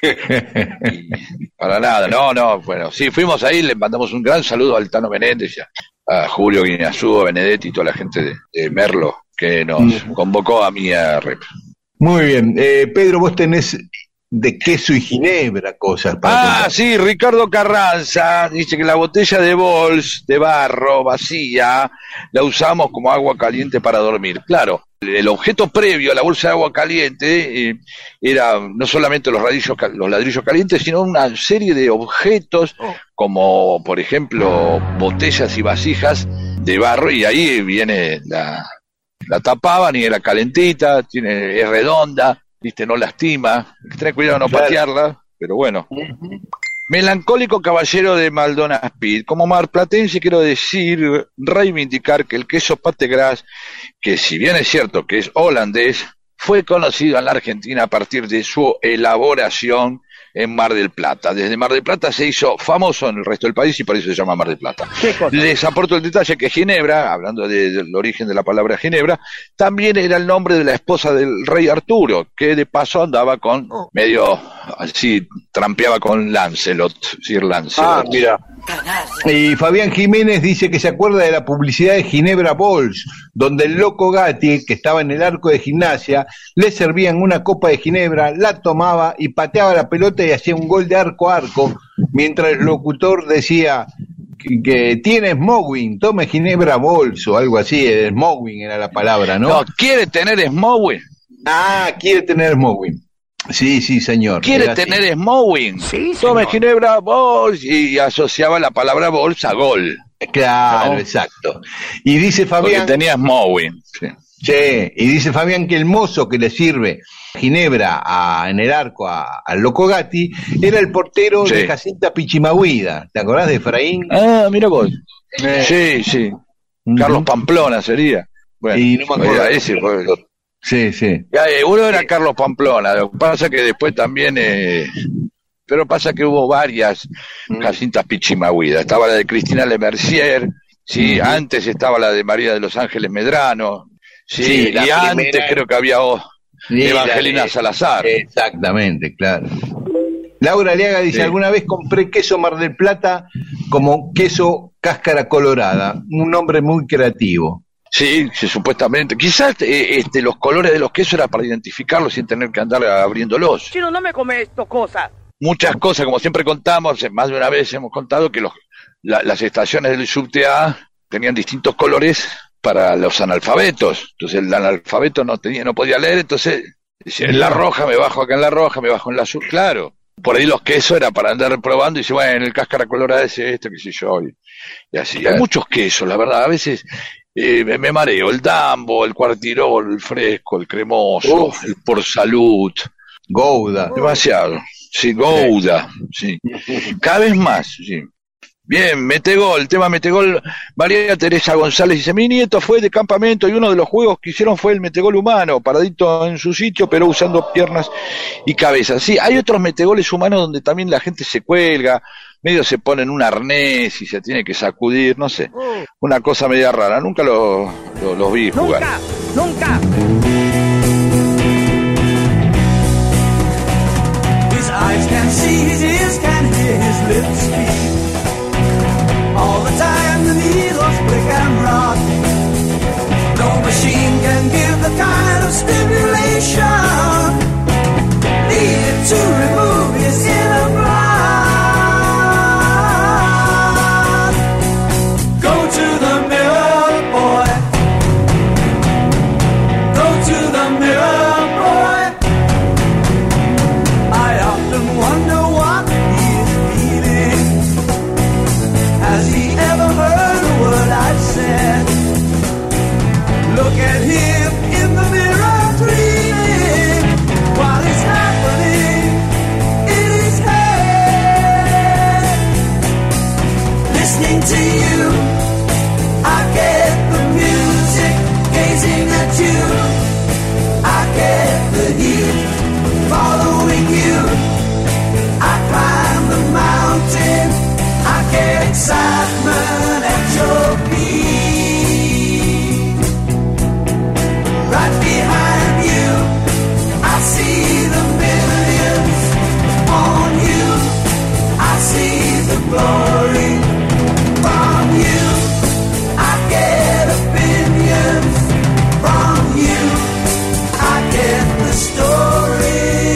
Para nada, no, bueno, sí, fuimos ahí, le mandamos un gran saludo al Tano Menéndez, a Julio Guineazú, a Benedetti y toda la gente de Merlo que nos convocó a mí a Rep. Muy bien, Pedro, vos tenés de queso y ginebra cosas para contar. Sí, Ricardo Carranza dice que la botella de Bols de barro vacía la usamos como agua caliente para dormir. Claro, el objeto previo a la bolsa de agua caliente era no solamente los ladrillos calientes, sino una serie de objetos como, por ejemplo, botellas y vasijas de barro, y ahí viene la tapaban y era calentita, es redonda, viste, no lastima, ten cuidado de no patearla, pero bueno. Melancólico caballero de Maldonado Speed. Como marplatense quiero reivindicar que el queso Pategras, que si bien es cierto que es holandés, fue conocido en la Argentina a partir de su elaboración en Mar del Plata. Desde Mar del Plata se hizo famoso en el resto del país y por eso se llama Mar del Plata. Les aporto el detalle que Ginebra, hablando del origen de la palabra Ginebra, también era el nombre de la esposa del rey Arturo, que de paso andaba con medio así, trampeaba con Lancelot, Sir Lancelot. Mira. Y Fabián Jiménez dice que se acuerda de la publicidad de Ginebra Bols, donde el loco Gatti, que estaba en el arco de gimnasia, le servían una copa de ginebra, la tomaba y pateaba la pelota y hacía un gol de arco a arco, mientras el locutor decía que tiene Smowing, tome Ginebra Bols o algo así. Smowing era la palabra, ¿no? No, ¿quiere tener Smowing? Quiere tener Smowing. Sí, señor. ¿Quiere tener Smowing? Sí, tome Ginebra Bols, y asociaba la palabra Bols a gol. Claro, ¿no? Exacto. Y dice Fabián... Porque tenía Smowing. Sí, y dice Fabián que el mozo que le sirve Ginebra en el arco al loco Gatti era el portero de Jacinta Pichimahuida. ¿Te acordás de Efraín? Mira vos. Sí. Carlos Pamplona sería. Bueno, y no me acuerdo ese. Sí. Uno era Carlos Pamplona, lo que pasa que después también, pero pasa que hubo varias Jacintas Pichimahuida. Estaba la de Cristina Lemercier, antes estaba la de María de los Ángeles Medrano, y antes creo que había Evangelina Salazar. Exactamente, claro. Laura Aliaga dice, alguna vez compré queso Mar del Plata como queso cáscara colorada, un nombre muy creativo. Sí, supuestamente. Quizás los colores de los quesos era para identificarlos sin tener que andar abriéndolos. Chino, no me come esto cosas. Muchas cosas, como siempre contamos, más de una vez hemos contado que las estaciones del subte A tenían distintos colores para los analfabetos. Entonces el analfabeto no podía leer, entonces decía, en la roja me bajo acá en la roja, me bajo en la azul, claro. Por ahí los quesos era para andar probando y dice, bueno, el cáscara colorada es esto, qué sé yo. Y así. Hay muchos quesos, la verdad. A veces me mareo. El Dambo, el Cuartirol, el fresco, el cremoso, el Por Salud. Gouda. Demasiado. Sí, Gouda. Sí. Cada vez más, sí. Bien, Metegol, tema Metegol. María Teresa González dice, mi nieto fue de campamento y uno de los juegos que hicieron fue el Metegol humano, paradito en su sitio, pero usando piernas y cabeza. Sí, hay otros Metegoles humanos donde también la gente se cuelga, medio se pone en un arnés y se tiene que sacudir, no sé. Una cosa media rara, nunca los vi jugar. Nunca. His eyes can see, his ears can hear, his lips speak. All the time the needles prick and rock. No machine can give the kind of stimulation needed to remove his inner block. Go to the mirror, boy. Go to the mirror, boy. I often wonder what he is feeling. Has he ever heard a word I've said? Look at him in the mirror dreaming while it's happening in his head. Listening to you, I get the music. Gazing at you, I get the heat. Following you, I climb the mountain. I get excitement at your feet. Right behind you, I see the millions on you. I see the glory from you. I get opinions from you. I get the story.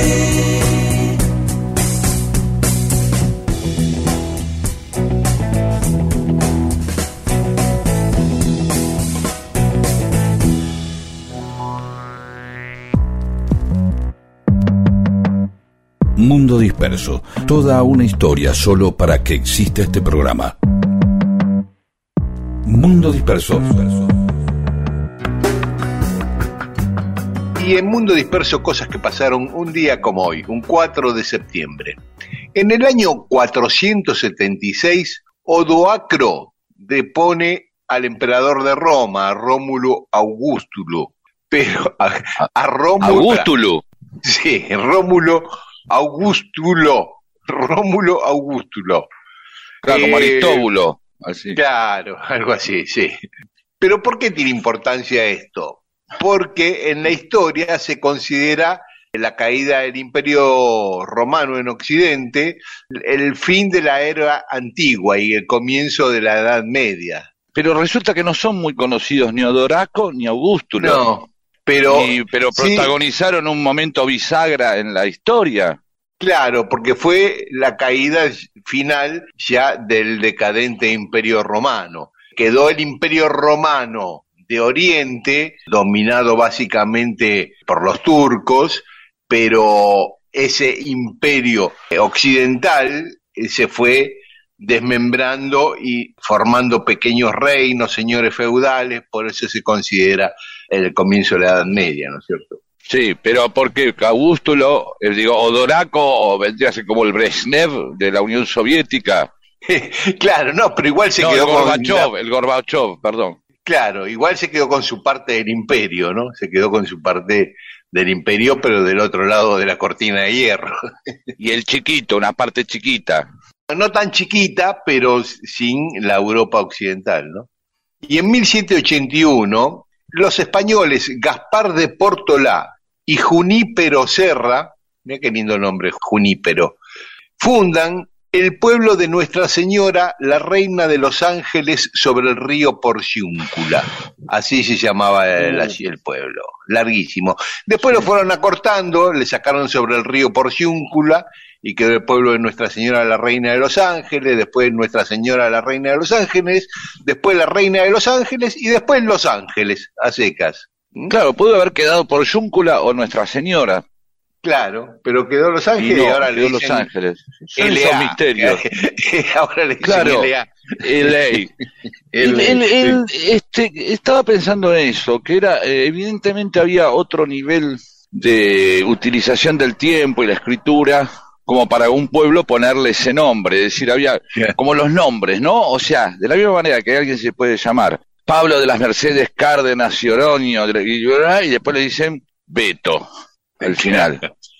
Mundo Disperso, toda una historia solo para que exista este programa. Mundo Disperso. Y en Mundo Disperso, cosas que pasaron un día como hoy, un 4 de septiembre. En el año 476, Odoacro depone al emperador de Roma, a Rómulo Augustulo. Pero a Rómulo... Augustulo. Sí, Rómulo Augustulo. Claro, como Aristóbulo. Así. Claro, algo así, sí. Pero ¿por qué tiene importancia esto? Porque en la historia se considera la caída del Imperio Romano en Occidente el fin de la era antigua y el comienzo de la Edad Media. Pero resulta que no son muy conocidos ni Odoraco ni Augustulo. No, pero protagonizaron un momento bisagra en la historia. Claro, porque fue la caída final ya del decadente Imperio Romano. Quedó el Imperio Romano de Oriente, dominado básicamente por los turcos, pero ese imperio occidental se fue desmembrando y formando pequeños reinos, señores feudales, por eso se considera el comienzo de la Edad Media, ¿no es cierto? Sí, pero porque Augustulo, Odoraco, o vendría a ser como el Brezhnev de la Unión Soviética. Claro, no, pero igual se quedó el Gorbachev, perdón. Claro, igual se quedó con su parte del imperio, ¿no? Se quedó con su parte del imperio, pero del otro lado de la cortina de hierro. Y el chiquito, una parte chiquita. No tan chiquita, pero sin la Europa occidental, ¿no? Y en 1781, los españoles Gaspar de Portolá y Junípero Serra, mira qué lindo nombre, Junípero, fundan el pueblo de Nuestra Señora, la Reina de los Ángeles, sobre el río Porciúncula. Así se llamaba el pueblo, larguísimo. Después lo fueron acortando, le sacaron sobre el río Porciúncula y quedó el pueblo de Nuestra Señora, la Reina de los Ángeles, después Nuestra Señora, la Reina de los Ángeles, después la Reina de los Ángeles y después Los Ángeles, a secas. Claro, pudo haber quedado Porciúncula o Nuestra Señora. Claro, pero quedó Los Ángeles y ahora le dicen Los Ángeles. Son LA. esos misterios. Ahora le dicen Claro, LA. Estaba pensando en eso, que era, evidentemente había otro nivel de utilización del tiempo y la escritura, como para un pueblo ponerle ese nombre, es decir, había como los nombres, ¿no? O sea, de la misma manera que alguien se puede llamar Pablo de las Mercedes Cárdenas y Oroño, y después le dicen Beto al final.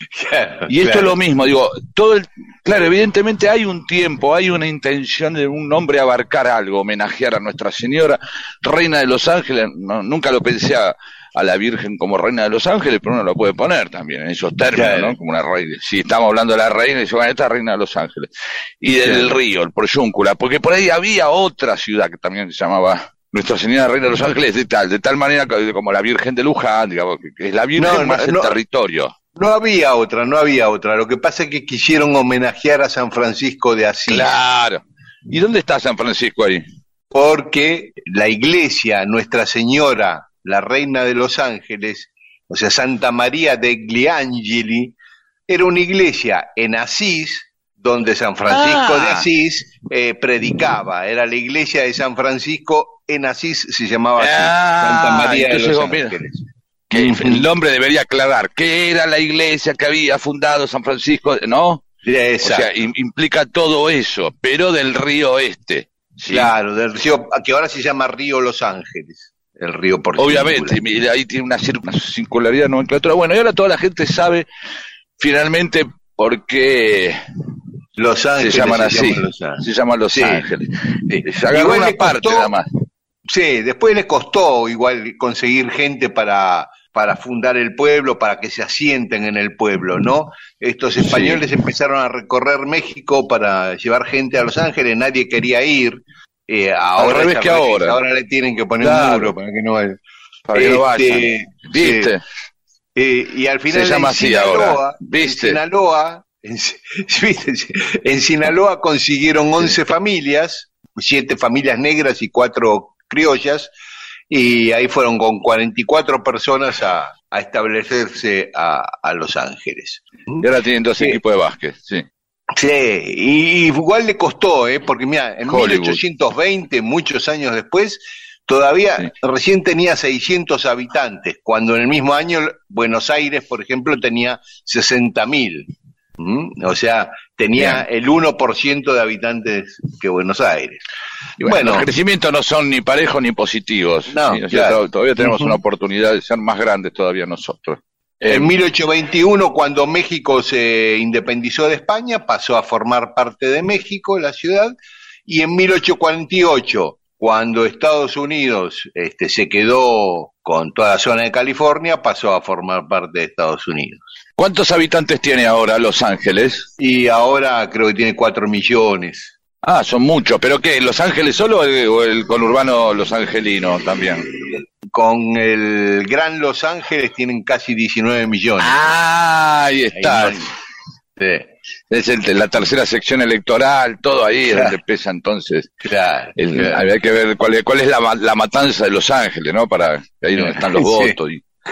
Y esto es lo mismo, digo, claro, evidentemente hay un tiempo, hay una intención de un nombre abarcar algo, homenajear a Nuestra Señora, Reina de los Ángeles. Nunca lo pensé a la Virgen como Reina de los Ángeles, pero uno lo puede poner también en esos términos, ¿no? Como una reina. Si estamos hablando de la reina, dice, bueno, esta es Reina de los Ángeles. Y del río, el Porciúncula, porque por ahí había otra ciudad que también se llamaba Nuestra Señora Reina de los Ángeles, de tal manera como la Virgen de Luján, digamos, que es la Virgen más el territorio. No había otra. Lo que pasa es que quisieron homenajear a San Francisco de Asís. Claro. ¿Y dónde está San Francisco ahí? Porque la iglesia Nuestra Señora, la Reina de los Ángeles, o sea, Santa María degli Angeli, era una iglesia en Asís, donde San Francisco de Asís predicaba. Era la iglesia de San Francisco en Asís, se llamaba así, Santa María de los Ángeles. El nombre debería aclarar qué era la iglesia que había fundado San Francisco, ¿no? Exacto. O sea, implica todo eso, pero del río este. ¿Sí? Claro, del río, que ahora se llama Río Los Ángeles, el río Porciúncula. Obviamente, y ahí tiene una singularidad nomenclatura. Bueno, y ahora toda la gente sabe finalmente por qué Los Ángeles se llaman así. Se llaman Los Ángeles. Se agarró una parte nada más. Sí, después les costó igual conseguir gente para fundar el pueblo, para que se asienten en el pueblo, ¿no? Estos españoles empezaron a recorrer México para llevar gente a Los Ángeles, nadie quería ir. Ahora, al revés que ahora le tienen que poner un muro para que no vayan. Para que no vayan. ¿Viste? Y al final se llama así ahora. ¿Viste? En Sinaloa consiguieron 11 familias, 7 familias negras y 4 criollas, y ahí fueron con 44 personas a establecerse a Los Ángeles. Y ahora tienen 2 equipos de básquet, sí. Sí, y igual le costó, porque mira, en Hollywood. 1820, muchos años después, todavía recién tenía 600 habitantes, cuando en el mismo año Buenos Aires, por ejemplo, tenía 60.000. O sea, tenía el 1% de habitantes que Buenos Aires. Y bueno, los crecimientos no son ni parejos ni positivos. No, ¿sí? O sea, todavía tenemos una oportunidad de ser más grandes todavía nosotros. En 1821, cuando México se independizó de España, pasó a formar parte de México, la ciudad, y en 1848, cuando Estados Unidos se quedó con toda la zona de California, pasó a formar parte de Estados Unidos. ¿Cuántos habitantes tiene ahora Los Ángeles? Y ahora creo que tiene 4 millones. Ah, son muchos. ¿Pero qué? ¿Los Ángeles solo o el conurbano Los Angelino también? Con el Gran Los Ángeles tienen casi 19 millones. Ah, ahí está. Ahí no. Sí. Es la tercera sección electoral, todo ahí es donde pesa entonces. Claro. Había que ver cuál es la matanza de Los Ángeles, ¿no? Para ahí donde están los votos.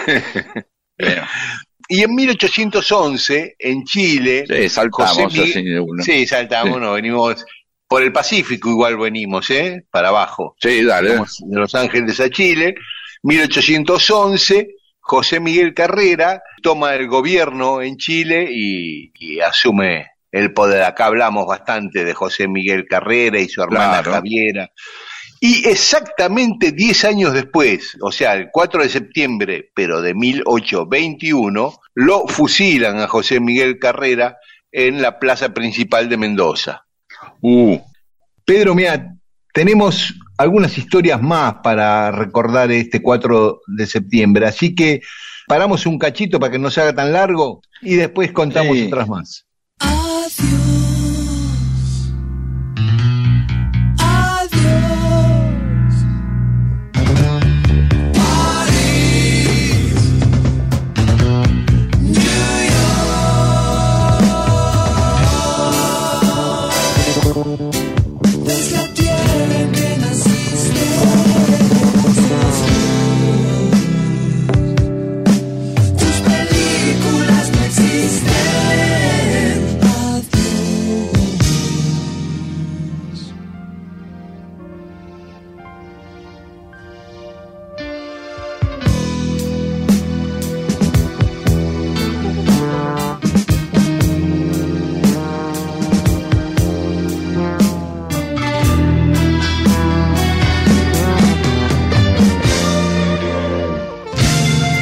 Y en 1811, en Chile... Sí, saltamos. Saltamos, no, venimos... Por el Pacífico igual venimos, para abajo. Sí, dale. De Los Ángeles a Chile. 1811, José Miguel Carrera toma el gobierno en Chile y asume el poder. Acá hablamos bastante de José Miguel Carrera y su hermana Javiera. Y exactamente 10 años después, o sea, el 4 de septiembre, pero de 1821, lo fusilan a José Miguel Carrera en la plaza principal de Mendoza. Pedro, mira, tenemos algunas historias más para recordar este 4 de septiembre, así que paramos un cachito para que no se haga tan largo y después contamos otras más. Adiós,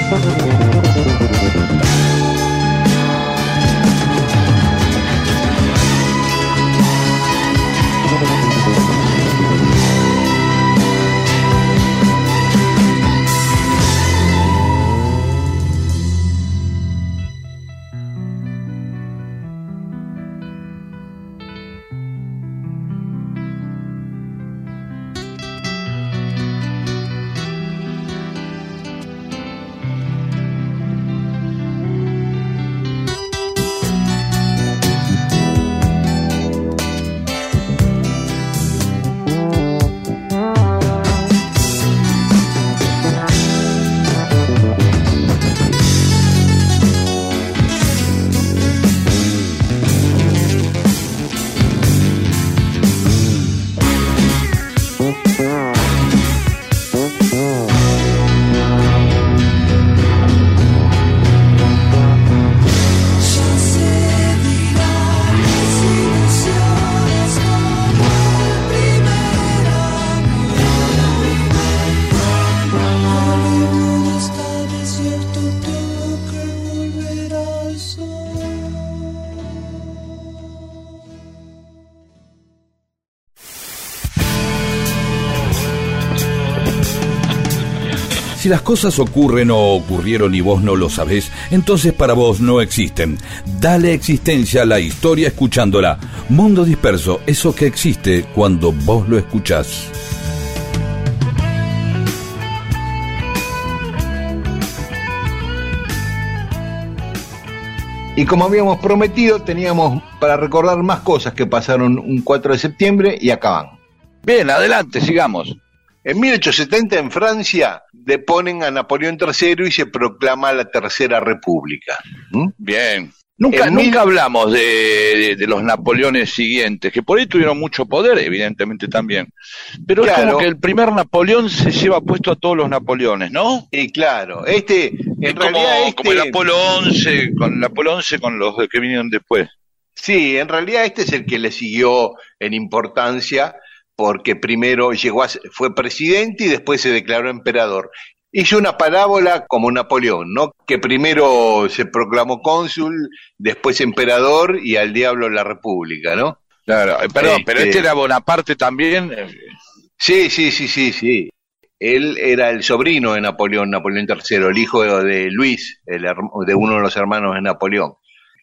Si las cosas ocurren o ocurrieron y vos no lo sabés, entonces para vos no existen. Dale existencia a la historia escuchándola. Mundo Disperso, eso que existe cuando vos lo escuchás. Y como habíamos prometido, teníamos para recordar más cosas que pasaron un 4 de septiembre y acaban. Bien, adelante, sigamos. En 1870 en Francia deponen a Napoleón III y se proclama la Tercera República. Bien. Nunca hablamos de los Napoleones siguientes, que por ahí tuvieron mucho poder, evidentemente también. Pero claro, es como que el primer Napoleón se lleva puesto a todos los Napoleones, ¿no? Y claro, como el Apolo 11, con los que vinieron después. Sí, en realidad este es el que le siguió en importancia, porque primero fue presidente y después se declaró emperador. Hizo una parábola como Napoleón, ¿no? Que primero se proclamó cónsul, después emperador y al diablo la república, ¿no? Claro, perdón, pero este era Bonaparte también. Sí. Él era el sobrino de Napoleón III, el hijo de Luis, de uno de los hermanos de Napoleón.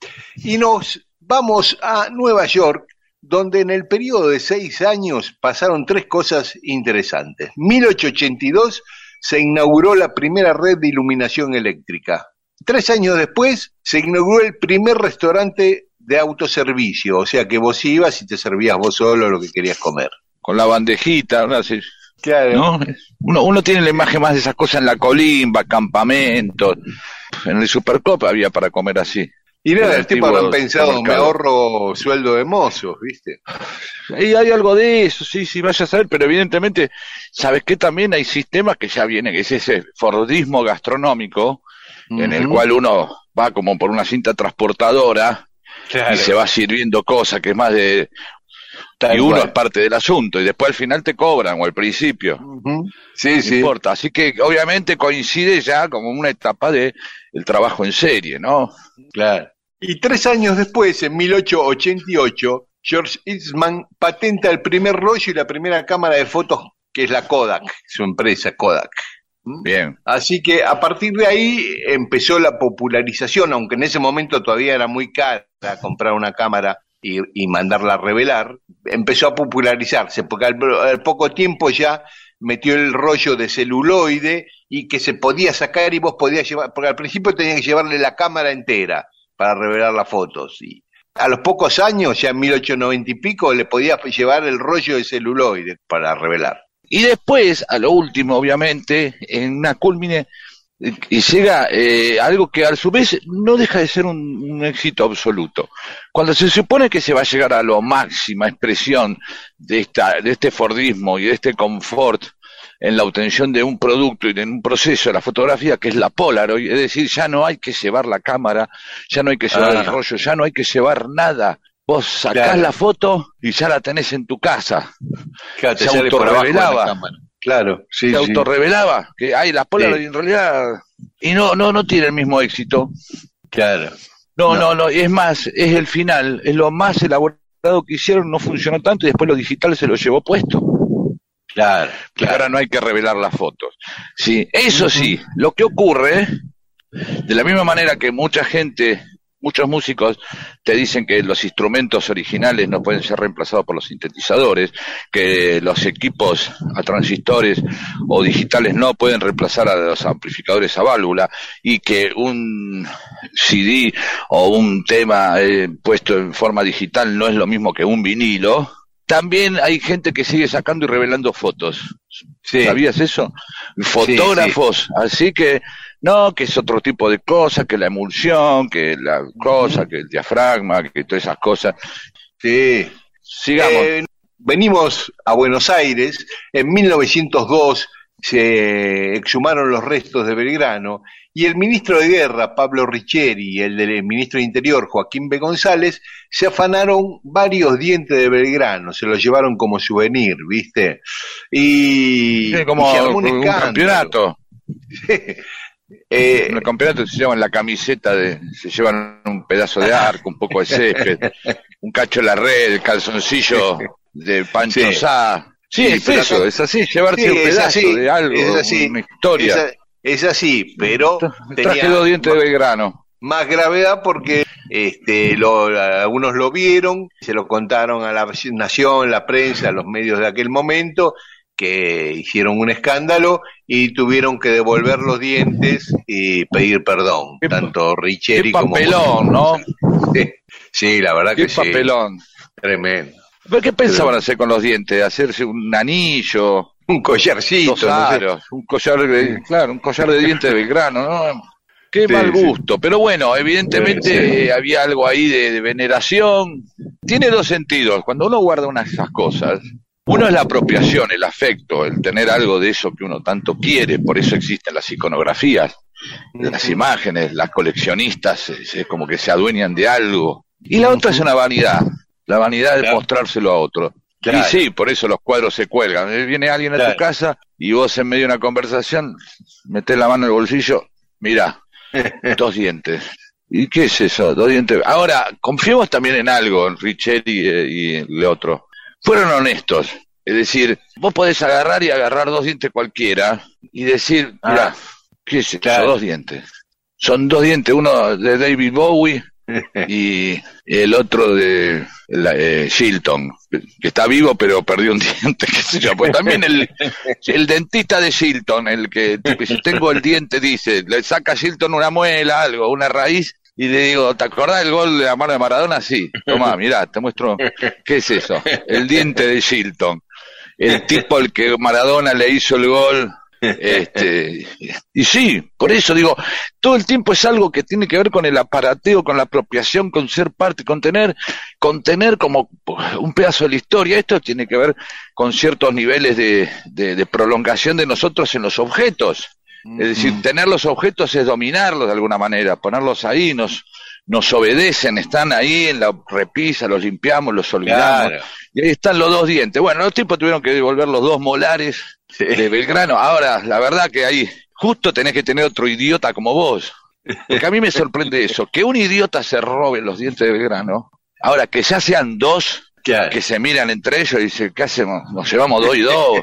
Y nos vamos a Nueva York, donde en el periodo de 6 años pasaron 3 cosas interesantes. 1882 se inauguró la primera red de iluminación eléctrica. 3 años después se inauguró el primer restaurante de autoservicio, o sea que vos ibas y te servías vos solo lo que querías comer. Con la bandejita, ¿no? Así, claro. ¿no? Uno tiene la imagen más de esas cosas en la colimba, campamentos. En el Supercopa había para comer así. Y nada, el tipo habrán pensado, me ahorro sueldo de mozos, ¿viste? Y hay algo de eso, sí, vaya a saber, pero evidentemente, ¿sabes qué? También hay sistemas que ya vienen, que es ese fordismo gastronómico, en el cual uno va como por una cinta transportadora, claro, y se va sirviendo cosas que es más de... y uno es parte del asunto, y después al final te cobran, o al principio. Sí. No importa, así que obviamente coincide ya como una etapa de el trabajo en serie, ¿no? Claro. Y 3 años después, en 1888, George Eastman patenta el primer rollo y la primera cámara de fotos, que es la Kodak, su empresa Kodak. Bien. Así que a partir de ahí empezó la popularización, aunque en ese momento todavía era muy cara comprar una cámara y mandarla a revelar, empezó a popularizarse, porque al poco tiempo ya metió el rollo de celuloide y que se podía sacar y vos podías llevar, porque al principio tenías que llevarle la cámara entera para revelar las fotos, y a los pocos años, ya en 1890 y pico, le podías llevar el rollo de celuloide para revelar. Y después, a lo último, obviamente, en una cúlmine, y llega algo que a su vez no deja de ser un éxito absoluto. Cuando se supone que se va a llegar a la máxima expresión de este fordismo y de este confort en la obtención de un producto y de un proceso de la fotografía, que es la Polaroid, es decir, ya no hay que llevar la cámara, ya no hay que llevar el rollo, ya no hay que llevar nada. Vos sacás la foto y ya la tenés en tu casa. Claro, se autorrevelaba. Claro, sí. Se autorrevelaba. Que la Polaroid en realidad y no tiene el mismo éxito. Claro. No, es más, es el final, es lo más elaborado que hicieron, no funcionó tanto y después lo digital se lo llevó puesto. Claro. Ahora no hay que revelar las fotos. Sí, eso sí, lo que ocurre, de la misma manera que muchos músicos te dicen que los instrumentos originales no pueden ser reemplazados por los sintetizadores, que los equipos a transistores o digitales no pueden reemplazar a los amplificadores a válvula, y que un CD o un tema puesto en forma digital no es lo mismo que un vinilo. También hay gente que sigue sacando y revelando fotos. Sí. ¿Sabías eso? Fotógrafos, sí. Así que no, que es otro tipo de cosa, que la emulsión, que la cosa, que el diafragma, que todas esas cosas. Sí. Sigamos. Venimos a Buenos Aires. En 1902 se exhumaron los restos de Belgrano y el ministro de Guerra, Pablo Richeri, y el del ministro de Interior, Joaquín B. González, se afanaron varios dientes de Belgrano, se los llevaron como souvenir, ¿viste? Y como se armó un campeonato. En el campeonato se llevan la camiseta, se llevan un pedazo de arco, un poco de césped, un cacho de la red, el calzoncillo de Pancho Sá. Sí, es eso, es así, llevarse un pedazo de algo, una historia. Es así, pero traje 2 dientes de Belgrano. Más gravedad porque algunos lo vieron, se lo contaron a la Nación, la prensa, a los medios de aquel momento, que hicieron un escándalo y tuvieron que devolver los dientes y pedir perdón, tanto Richeri como... Qué papelón, ¿no? Sí, la verdad que sí. Qué papelón. Tremendo. ¿Pero qué pensaban hacer con los dientes? ¿Hacerse un anillo? Un collarcito, no sé. Un collar de dientes de Belgrano, ¿no? Qué mal gusto. Pero bueno, evidentemente había algo ahí de veneración. Tiene 2 sentidos. Cuando uno guarda esas cosas, uno es la apropiación, el afecto, el tener algo de eso que uno tanto quiere. Por eso existen las iconografías, las imágenes, las coleccionistas, es como que se adueñan de algo. Y la otra es una vanidad, la vanidad de mostrárselo a otro. Claro. Y sí, por eso los cuadros se cuelgan. Viene alguien a tu casa y vos en medio de una conversación metés la mano en el bolsillo, mirá, 2 dientes. ¿Y qué es eso? 2 dientes. Ahora, confiemos también en algo, en Richeri y el otro. Fueron honestos. Es decir, vos podés agarrar 2 dientes cualquiera y decir, mirá, ¿qué es eso? 2 dientes. Son 2 dientes, uno de David Bowie y el otro de Shilton, que está vivo pero perdió un diente, qué sé yo. Pues también el dentista de Shilton, el que si tengo el diente, dice, le saca a Shilton una muela, algo, una raíz, y le digo, ¿te acordás del gol de la mano de Maradona? Sí, tomá, mirá, te muestro, ¿qué es eso? El diente de Shilton, el tipo al que Maradona le hizo el gol. Y sí, por eso digo, todo el tiempo es algo que tiene que ver con el aparateo, con la apropiación, con ser parte, con tener como un pedazo de la historia. Esto tiene que ver con ciertos niveles de prolongación de nosotros en los objetos. Es decir, tener los objetos es dominarlos de alguna manera, ponerlos ahí, nos obedecen, están ahí en la repisa, los limpiamos, los olvidamos. Claro. Y ahí están los 2 dientes. Bueno, los tipos tuvieron que devolver los 2 molares de Belgrano. Ahora, la verdad que ahí justo tenés que tener otro idiota como vos. Porque a mí me sorprende eso, que un idiota se robe los dientes de Belgrano. Ahora, que ya sean 2, claro, que se miran entre ellos y dicen, ¿qué hacemos? Nos llevamos 2 y 2.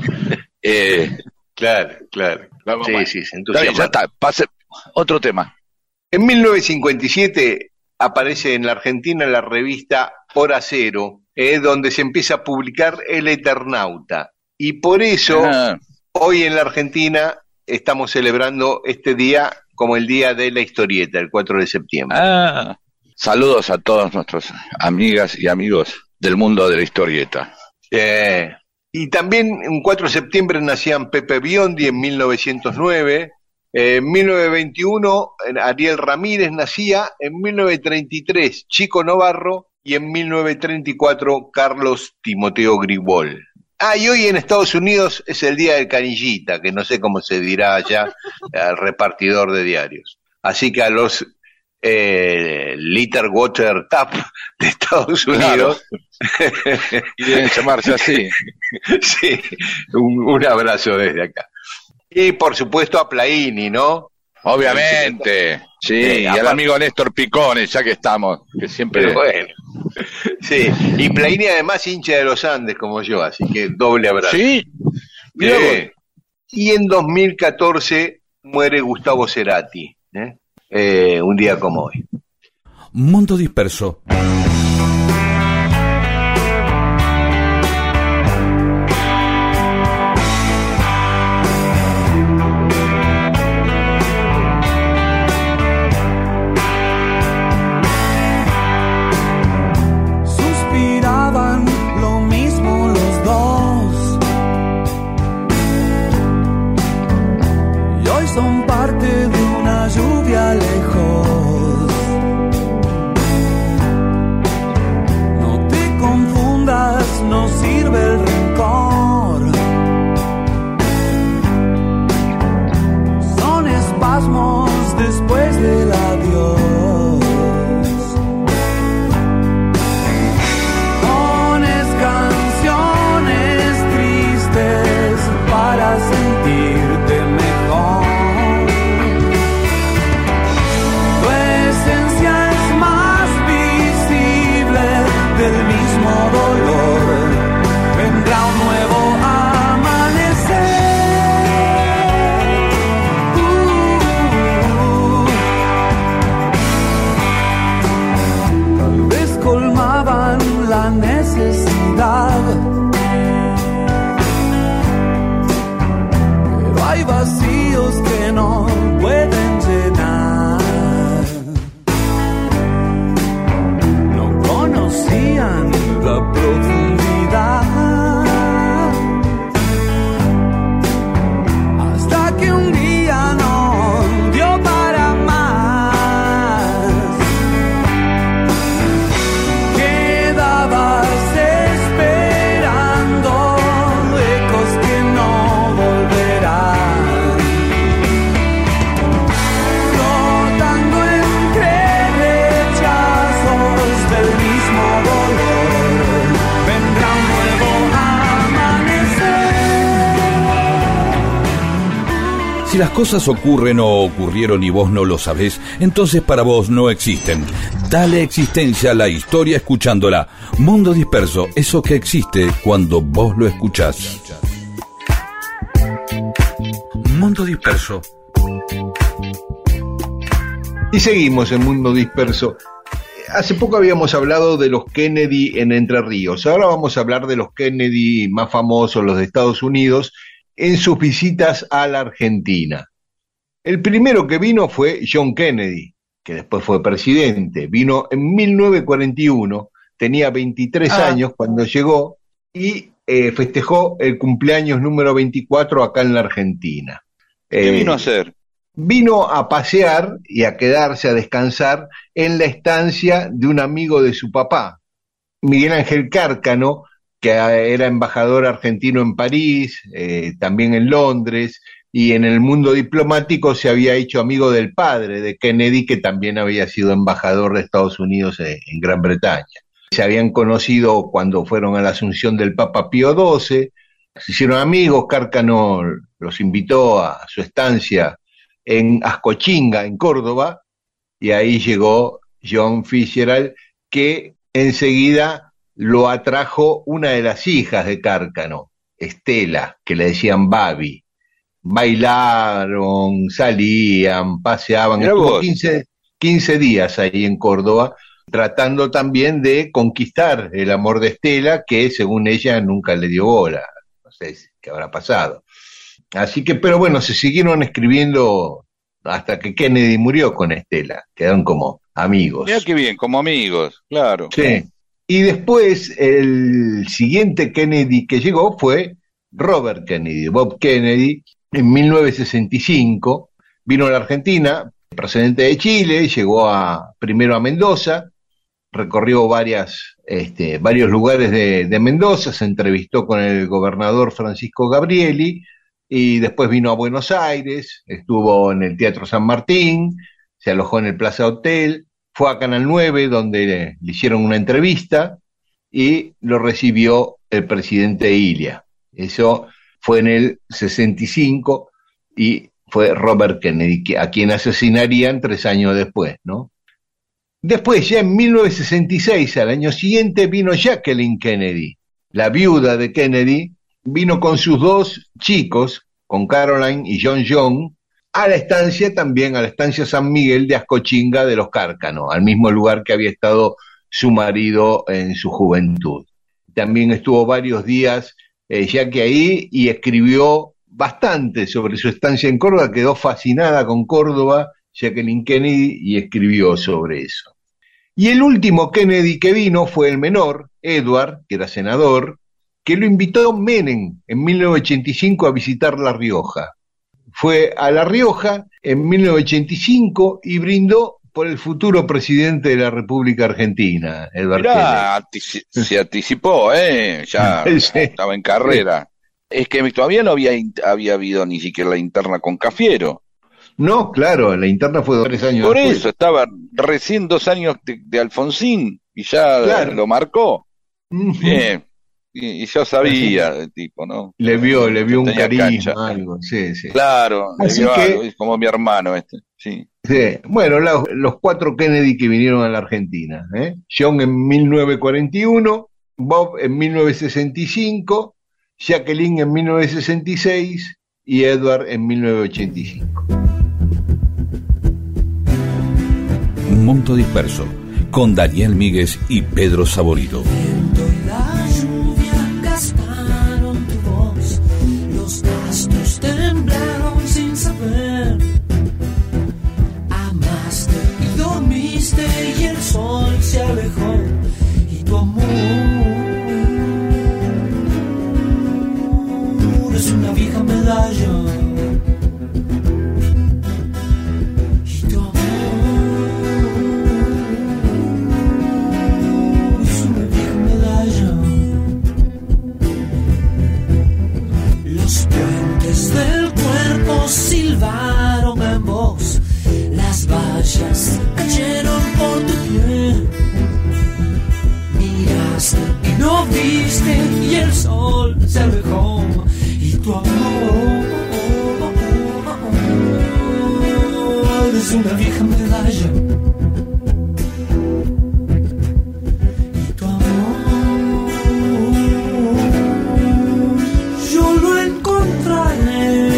Claro. Sí, entonces ya está, pase otro tema. En 1957 aparece en la Argentina la revista Hora Cero, donde se empieza a publicar El Eternauta. Y por eso, hoy en la Argentina estamos celebrando este día como el Día de la Historieta, el 4 de septiembre. Saludos a todas nuestras amigas y amigos del mundo de la historieta. Y también un 4 de septiembre nacían Pepe Biondi en 1909, en 1921 Ariel Ramírez nacía, en 1933 Chico Novarro y en 1934 Carlos Timoteo Gribol. Y hoy en Estados Unidos es el día del canillita, que no sé cómo se dirá allá, al repartidor de diarios. Así que a los Liter Water Tap de Estados Unidos. Claro. Y deben llamarse así. Sí, un abrazo desde acá. Y por supuesto a Plaini, ¿no? Obviamente, sí, y al amigo Néstor Picone, ya que estamos, que siempre... Pero bueno, sí, y Plaini además hincha de los Andes como yo, así que doble abrazo. Sí, mira vos. Y en 2014 muere Gustavo Cerati, un día como hoy. Mundo Disperso. Suspiraban lo mismo los dos, y hoy son parte de una lluvia lejos. No te confundas, no sirve el rencor. Son espasmos después del adiós. Pones canciones tristes para sentirte mejor. Tu esencia es más visible del mismo dolor. Vendrá un nuevo amanecer. Tal vez colmaban la necesidad, pero hay vacíos que no pueden llenar. No conocían la profundidad hasta que un día no dio para más. Quedabas esperando ecos que no volverán, flotando entre rechazos del mismo dolor. Vendrá un nuevo amanecer. Si las cosas ocurren o ocurrieron y vos no lo sabés, entonces para vos no existen. Dale existencia a la historia escuchándola. Mundo Disperso, eso que existe cuando vos lo escuchás. Mundo Disperso. Y seguimos en Mundo Disperso. Hace poco habíamos hablado de los Kennedy en Entre Ríos. Ahora vamos a hablar de los Kennedy más famosos, los de Estados Unidos, en sus visitas a la Argentina. El primero que vino fue John Kennedy, que después fue presidente. Vino en 1941, tenía 23 años cuando llegó y festejó el cumpleaños número 24 acá en la Argentina. ¿Qué vino a hacer? Vino a pasear y a quedarse a descansar en la estancia de un amigo de su papá, Miguel Ángel Cárcano, que era embajador argentino en París, también en Londres, y en el mundo diplomático se había hecho amigo del padre de Kennedy, que también había sido embajador de Estados Unidos en Gran Bretaña. Se habían conocido cuando fueron a la asunción del Papa Pío XII, se hicieron amigos. Cárcano los invitó a su estancia en Ascochinga, en Córdoba, y ahí llegó John Fitzgerald, que enseguida lo atrajo una de las hijas de Cárcano, Estela, que le decían Babi. Bailaron, salían, paseaban, estuvo 15 días ahí en Córdoba, tratando también de conquistar el amor de Estela, que según ella nunca le dio bola, no sé qué habrá pasado. Así que, pero bueno, se siguieron escribiendo hasta que Kennedy murió con Estela, quedaron como amigos. Mira qué bien, como amigos, claro. Sí. Y después el siguiente Kennedy que llegó fue Robert Kennedy, Bob Kennedy, en 1965, vino a la Argentina, procedente de Chile, llegó primero a Mendoza, recorrió varios lugares de Mendoza, se entrevistó con el gobernador Francisco Gabrieli, y después vino a Buenos Aires, estuvo en el Teatro San Martín, se alojó en el Plaza Hotel, fue a Canal 9, donde le hicieron una entrevista, y lo recibió el presidente Ilia. Eso fue en el 65, y fue Robert Kennedy, a quien asesinarían 3 años después, ¿no? Después, ya en 1966, al año siguiente, vino Jacqueline Kennedy, la viuda de Kennedy, vino con sus 2 chicos, con Caroline y John Young, a la estancia San Miguel de Ascochinga de los Cárcanos, al mismo lugar que había estado su marido en su juventud. También estuvo varios días ya que ahí, y escribió bastante sobre su estancia en Córdoba, quedó fascinada con Córdoba, Jacqueline Kennedy, y escribió sobre eso. Y el último Kennedy que vino fue el menor, Edward, que era senador, que lo invitó Menem en 1985 a visitar La Rioja. Fue a La Rioja en 1985 y brindó por el futuro presidente de la República Argentina, Edward Kennedy. Se anticipó, ya sí. Estaba en carrera. Es que todavía no había habido ni siquiera la interna con Cafiero. No, claro, la interna fue 3 años por después. Eso, estaba recién 2 años de Alfonsín y ya lo marcó. Bien. Y yo sabía el tipo, ¿no? Le vio un carisma, algo, sí. Claro, así le vio que, algo, es como mi hermano sí. Bueno, los 4 Kennedy que vinieron a la Argentina, John en 1941, Bob en 1965, Jacqueline en 1966 y Edward en 1985. Mundo Disperso, con Daniel Míguez y Pedro Saborido. Temblaron sin saber, amaste y dormiste y el sol se alejó y tu amor es una vieja medalla y tu amor es una vieja medalla. Los puentes del cuerpo silbaron en voz, las vallas cayeron por tu pie. Miraste y no viste y el sol se alejó y tu amor es una vieja medalla. Y tu amor yo lo encontraré.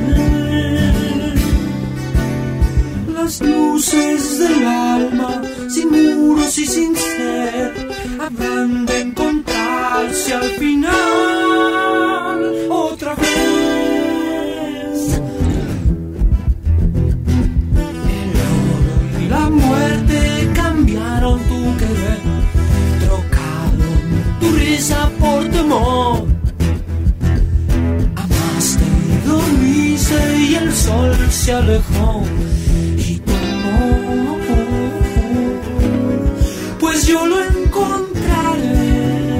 Las luces del alma, sin muros y sin ser, habrán de encontrarse al final otra vez. El oro y la muerte cambiaron tu querer, trocaron tu risa por temor. Amaste y dormiste y el sol se alejó. Pues yo lo encontraré.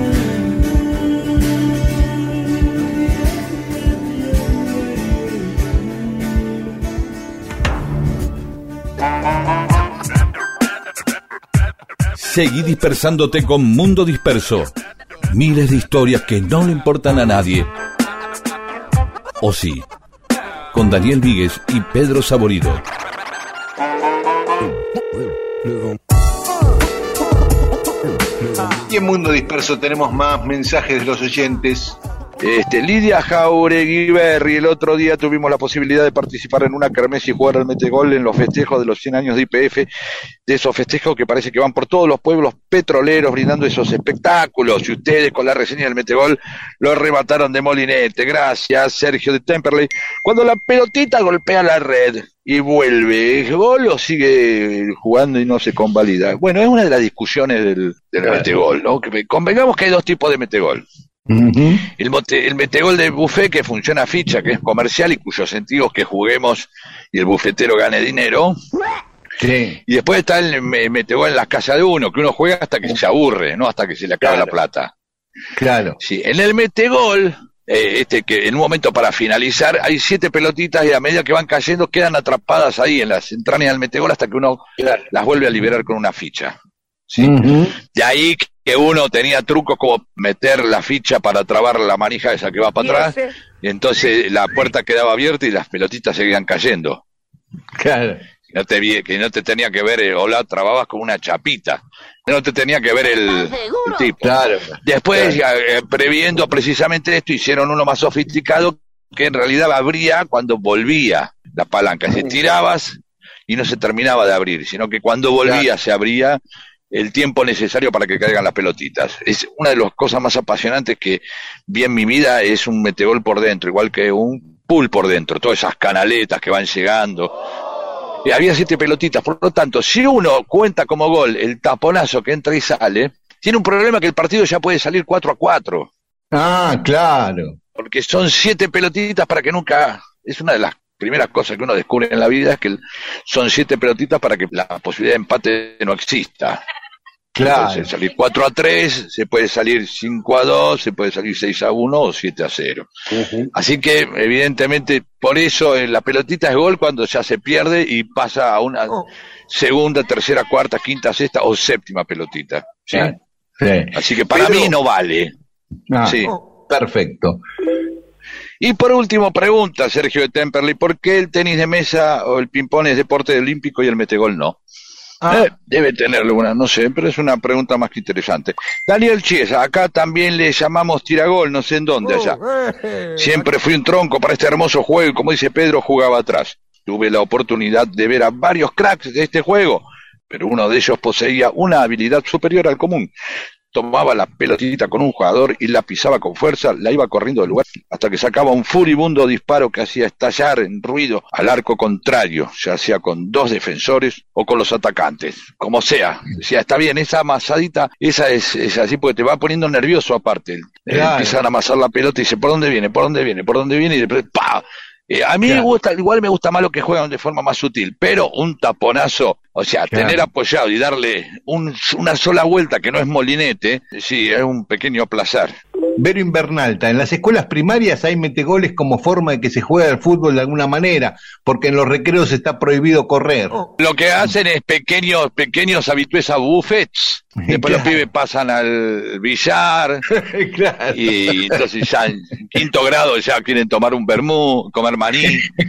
Seguí dispersándote con Mundo Disperso. Miles de historias que no le importan a nadie. ¿O sí? Con Daniel Víguez y Pedro Saborido. Y en Mundo Disperso tenemos más mensajes de los oyentes. Lidia Jauregui, el otro día tuvimos la posibilidad de participar en una kermés y jugar al metegol en los festejos de los 100 años de YPF, de esos festejos que parece que van por todos los pueblos petroleros brindando esos espectáculos, y ustedes con la reseña del metegol lo remataron de molinete. Gracias, Sergio de Temperley. Cuando la pelotita golpea la red y vuelve, ¿es gol o sigue jugando y no se convalida? Bueno, es una de las discusiones del metegol, ¿no? Que convengamos que hay 2 tipos de metegol. Uh-huh. El metegol de buffet, que funciona a ficha, que es comercial y cuyo sentido es que juguemos y el bufetero gane dinero. Sí. Y después está el metegol en las casas de uno, que uno juega hasta que se aburre, no hasta que se le acabe la plata. Claro. Sí. En el metegol, que en un momento para finalizar hay 7 pelotitas y a medida que van cayendo quedan atrapadas ahí en las entrañas del metegol hasta que uno las vuelve a liberar con una ficha. ¿Sí? Uh-huh. De ahí que uno tenía trucos como meter la ficha para trabar la manija esa que va para atrás, Y entonces la puerta quedaba abierta y las pelotitas seguían cayendo. Claro. Que no te tenía que ver, o la trababas con una chapita. No te tenía que ver el tipo. Claro. Después, previendo precisamente esto, hicieron uno más sofisticado que en realidad abría cuando volvía la palanca. Si tirabas y no se terminaba de abrir, sino que cuando volvía se abría el tiempo necesario para que caigan las pelotitas. Es una de las cosas más apasionantes que vi en mi vida, es un metegol por dentro, igual que un pool por dentro, todas esas canaletas que van llegando. Había 7 pelotitas, por lo tanto, si uno cuenta como gol el taponazo que entra y sale, tiene un problema que el partido ya puede salir 4-4. Ah, claro. Porque son 7 pelotitas para que nunca... Es una de las primeras cosas que uno descubre en la vida, es que son 7 pelotitas para que la posibilidad de empate no exista. Claro. Entonces, salir 4-3, se puede salir 5-2, se puede salir 6-1 o 7-0. Así que, evidentemente, por eso la pelotita es gol cuando ya se pierde y pasa a una segunda, tercera, cuarta, quinta, sexta o séptima pelotita. ¿Sí? Sí. Así que para mí no vale. Sí. Perfecto. Y por último, pregunta Sergio de Temperley, ¿por qué el tenis de mesa o el ping-pong es deporte olímpico y el metegol no? Debe tenerlo una, no sé, pero es una pregunta más que interesante. Daniel Chiesa, acá también le llamamos tiragol, no sé en dónde allá. Siempre fui un tronco para este hermoso juego y como dice Pedro, jugaba atrás. Tuve la oportunidad de ver a varios cracks de este juego, pero uno de ellos poseía una habilidad superior al común. Tomaba la pelotita con un jugador y la pisaba con fuerza, la iba corriendo del lugar hasta que sacaba un furibundo disparo que hacía estallar en ruido al arco contrario, ya sea con 2 defensores o con los atacantes, como sea. Decía, está bien, esa amasadita, esa es así porque te va poniendo nervioso aparte. Claro. Empiezan a amasar la pelota y dice, ¿por dónde viene? ¿Por dónde viene? ¿Por dónde viene? Y después, ¡pah! A mí me gusta, igual me gusta más lo que juegan de forma más sutil, pero un taponazo, o sea, tener apoyado y darle una sola vuelta que no es molinete, sí, es un pequeño placer. Vero Invernalta, en las escuelas primarias hay metegoles como forma de que se juegue al fútbol de alguna manera, porque en los recreos está prohibido correr. Lo que hacen es pequeños habitués a buffets. Después los pibes pasan al billar y entonces ya en 5º grado ya quieren tomar un vermú, comer maní,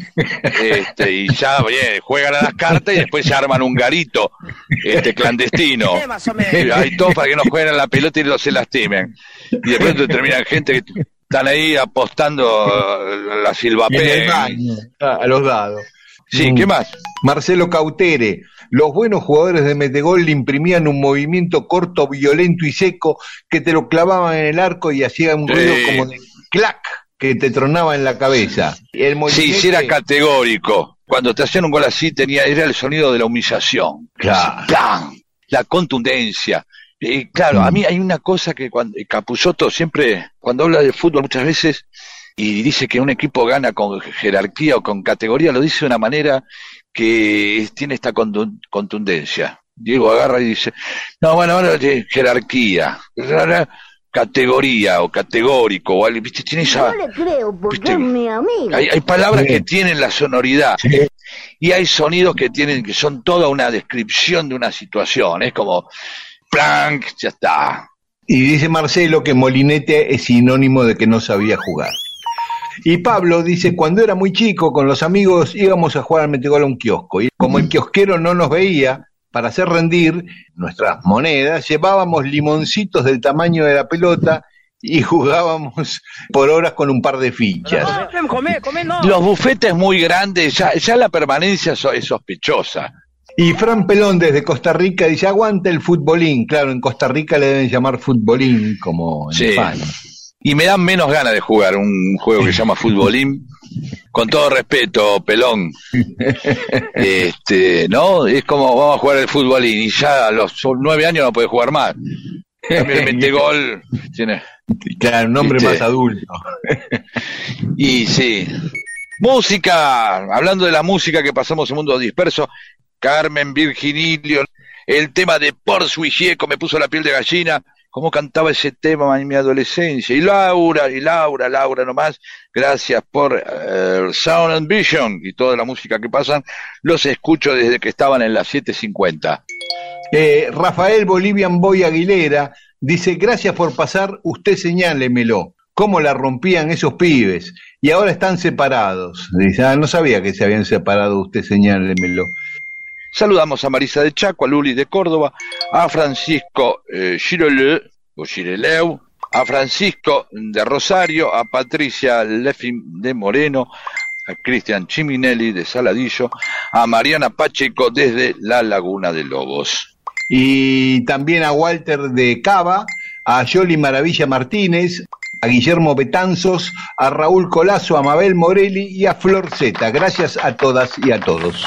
y ya juegan a las cartas y después se arman un garito clandestino. Hay todos para que no jueguen a la pelota y no se lastimen. Y de pronto terminan gente que están ahí apostando a la silbapé. A los dados. Sí, ¿qué más? Marcelo Cautere. Los buenos jugadores de metegol le imprimían un movimiento corto, violento y seco que te lo clavaban en el arco y hacía un ruido como de clac que te tronaba en la cabeza. Sí, era categórico. Cuando te hacían un gol así era el sonido de la humillación. Claro. ¡Pam! La contundencia. Claro, a mí hay una cosa que Capusotto siempre, cuando habla de fútbol muchas veces, y dice que un equipo gana con jerarquía o con categoría, lo dice de una manera que tiene esta contundencia. Diego agarra y dice, no, bueno, ahora jerarquía, categoría o categórico, o algo, ¿viste? Tiene esa... No le creo, porque es mi amigo. Hay palabras que tienen la sonoridad, y hay sonidos que son toda una descripción de una situación, es como, plank, ya está. Y dice Marcelo que molinete es sinónimo de que no sabía jugar. Y Pablo dice, cuando era muy chico, con los amigos íbamos a jugar al metegol a un kiosco, y como el kiosquero no nos veía, para hacer rendir nuestras monedas, llevábamos limoncitos del tamaño de la pelota y jugábamos por horas con un par de fichas. Los bufetes muy grandes, ya la permanencia es sospechosa. Y Fran Pelón desde Costa Rica dice, aguanta el futbolín. Claro, en Costa Rica le deben llamar futbolín, como en España. Y me dan menos ganas de jugar un juego que se llama futbolín. Con todo respeto, Pelón. ¿No? Es como, vamos a jugar el futbolín y ya a los 9 años no puede jugar más. El metegol tiene... Claro, un hombre más adulto. Y sí. Música, hablando de la música que pasamos en Mundo Disperso, Carmen Virginilio, el tema de Por su Hijieco me puso la piel de gallina. Cómo cantaba ese tema en mi adolescencia. Y Laura nomás, gracias por Sound and Vision y toda la música que pasan, los escucho desde que estaban en las 7:50. Rafael Bolivian Boy Aguilera dice, gracias por pasar, usted señálemelo. cómo la rompían esos pibes, y ahora están separados. Dice, no sabía que se habían separado, usted señálemelo. Saludamos a Marisa de Chaco, a Luli de Córdoba, a Francisco Gireleu, a Francisco de Rosario, a Patricia Leffin de Moreno, a Cristian Chiminelli de Saladillo, a Mariana Pacheco desde la Laguna de Lobos. Y también a Walter de Cava, a Yoli Maravilla Martínez, a Guillermo Betanzos, a Raúl Colazo, a Mabel Morelli y a Flor Zeta. Gracias a todas y a todos.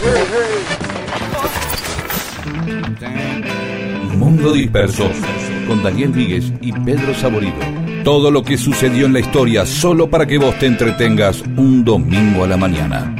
Mundo Disperso, con Daniel Víguez y Pedro Saborido. Todo lo que sucedió en la historia solo para que vos te entretengas un domingo a la mañana.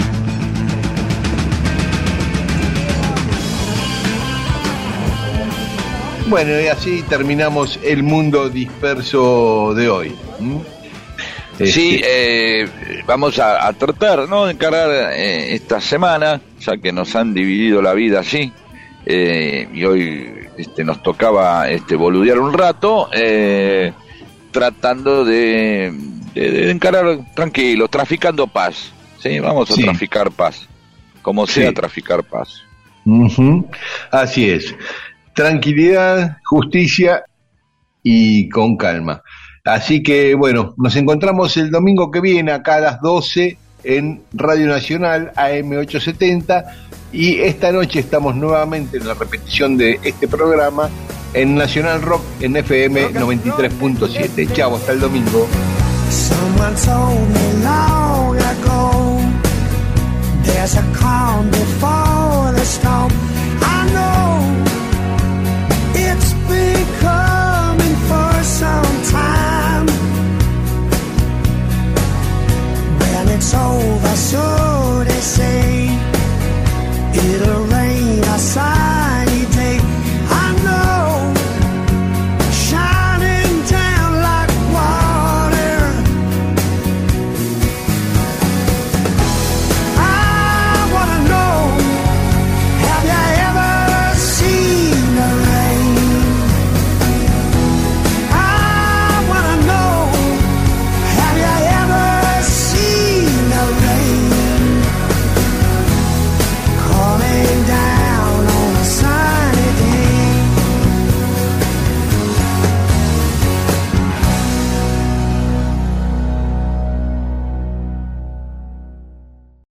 Bueno, y así terminamos el Mundo Disperso de hoy. Sí, vamos a tratar, ¿no?, de encarar esta semana, ya que nos han dividido la vida así, y hoy nos tocaba boludear un rato, tratando de encarar tranquilo, traficando paz, ¿sí? Vamos a traficar paz, como sea, traficar paz. Así es. Tranquilidad, justicia y con calma. Así que, bueno, nos encontramos el domingo que viene acá a las 12 en Radio Nacional AM870, y esta noche estamos nuevamente en la repetición de este programa en Nacional Rock en FM 93.7. Chao, hasta el domingo. Someone told me long ago, there's a calm before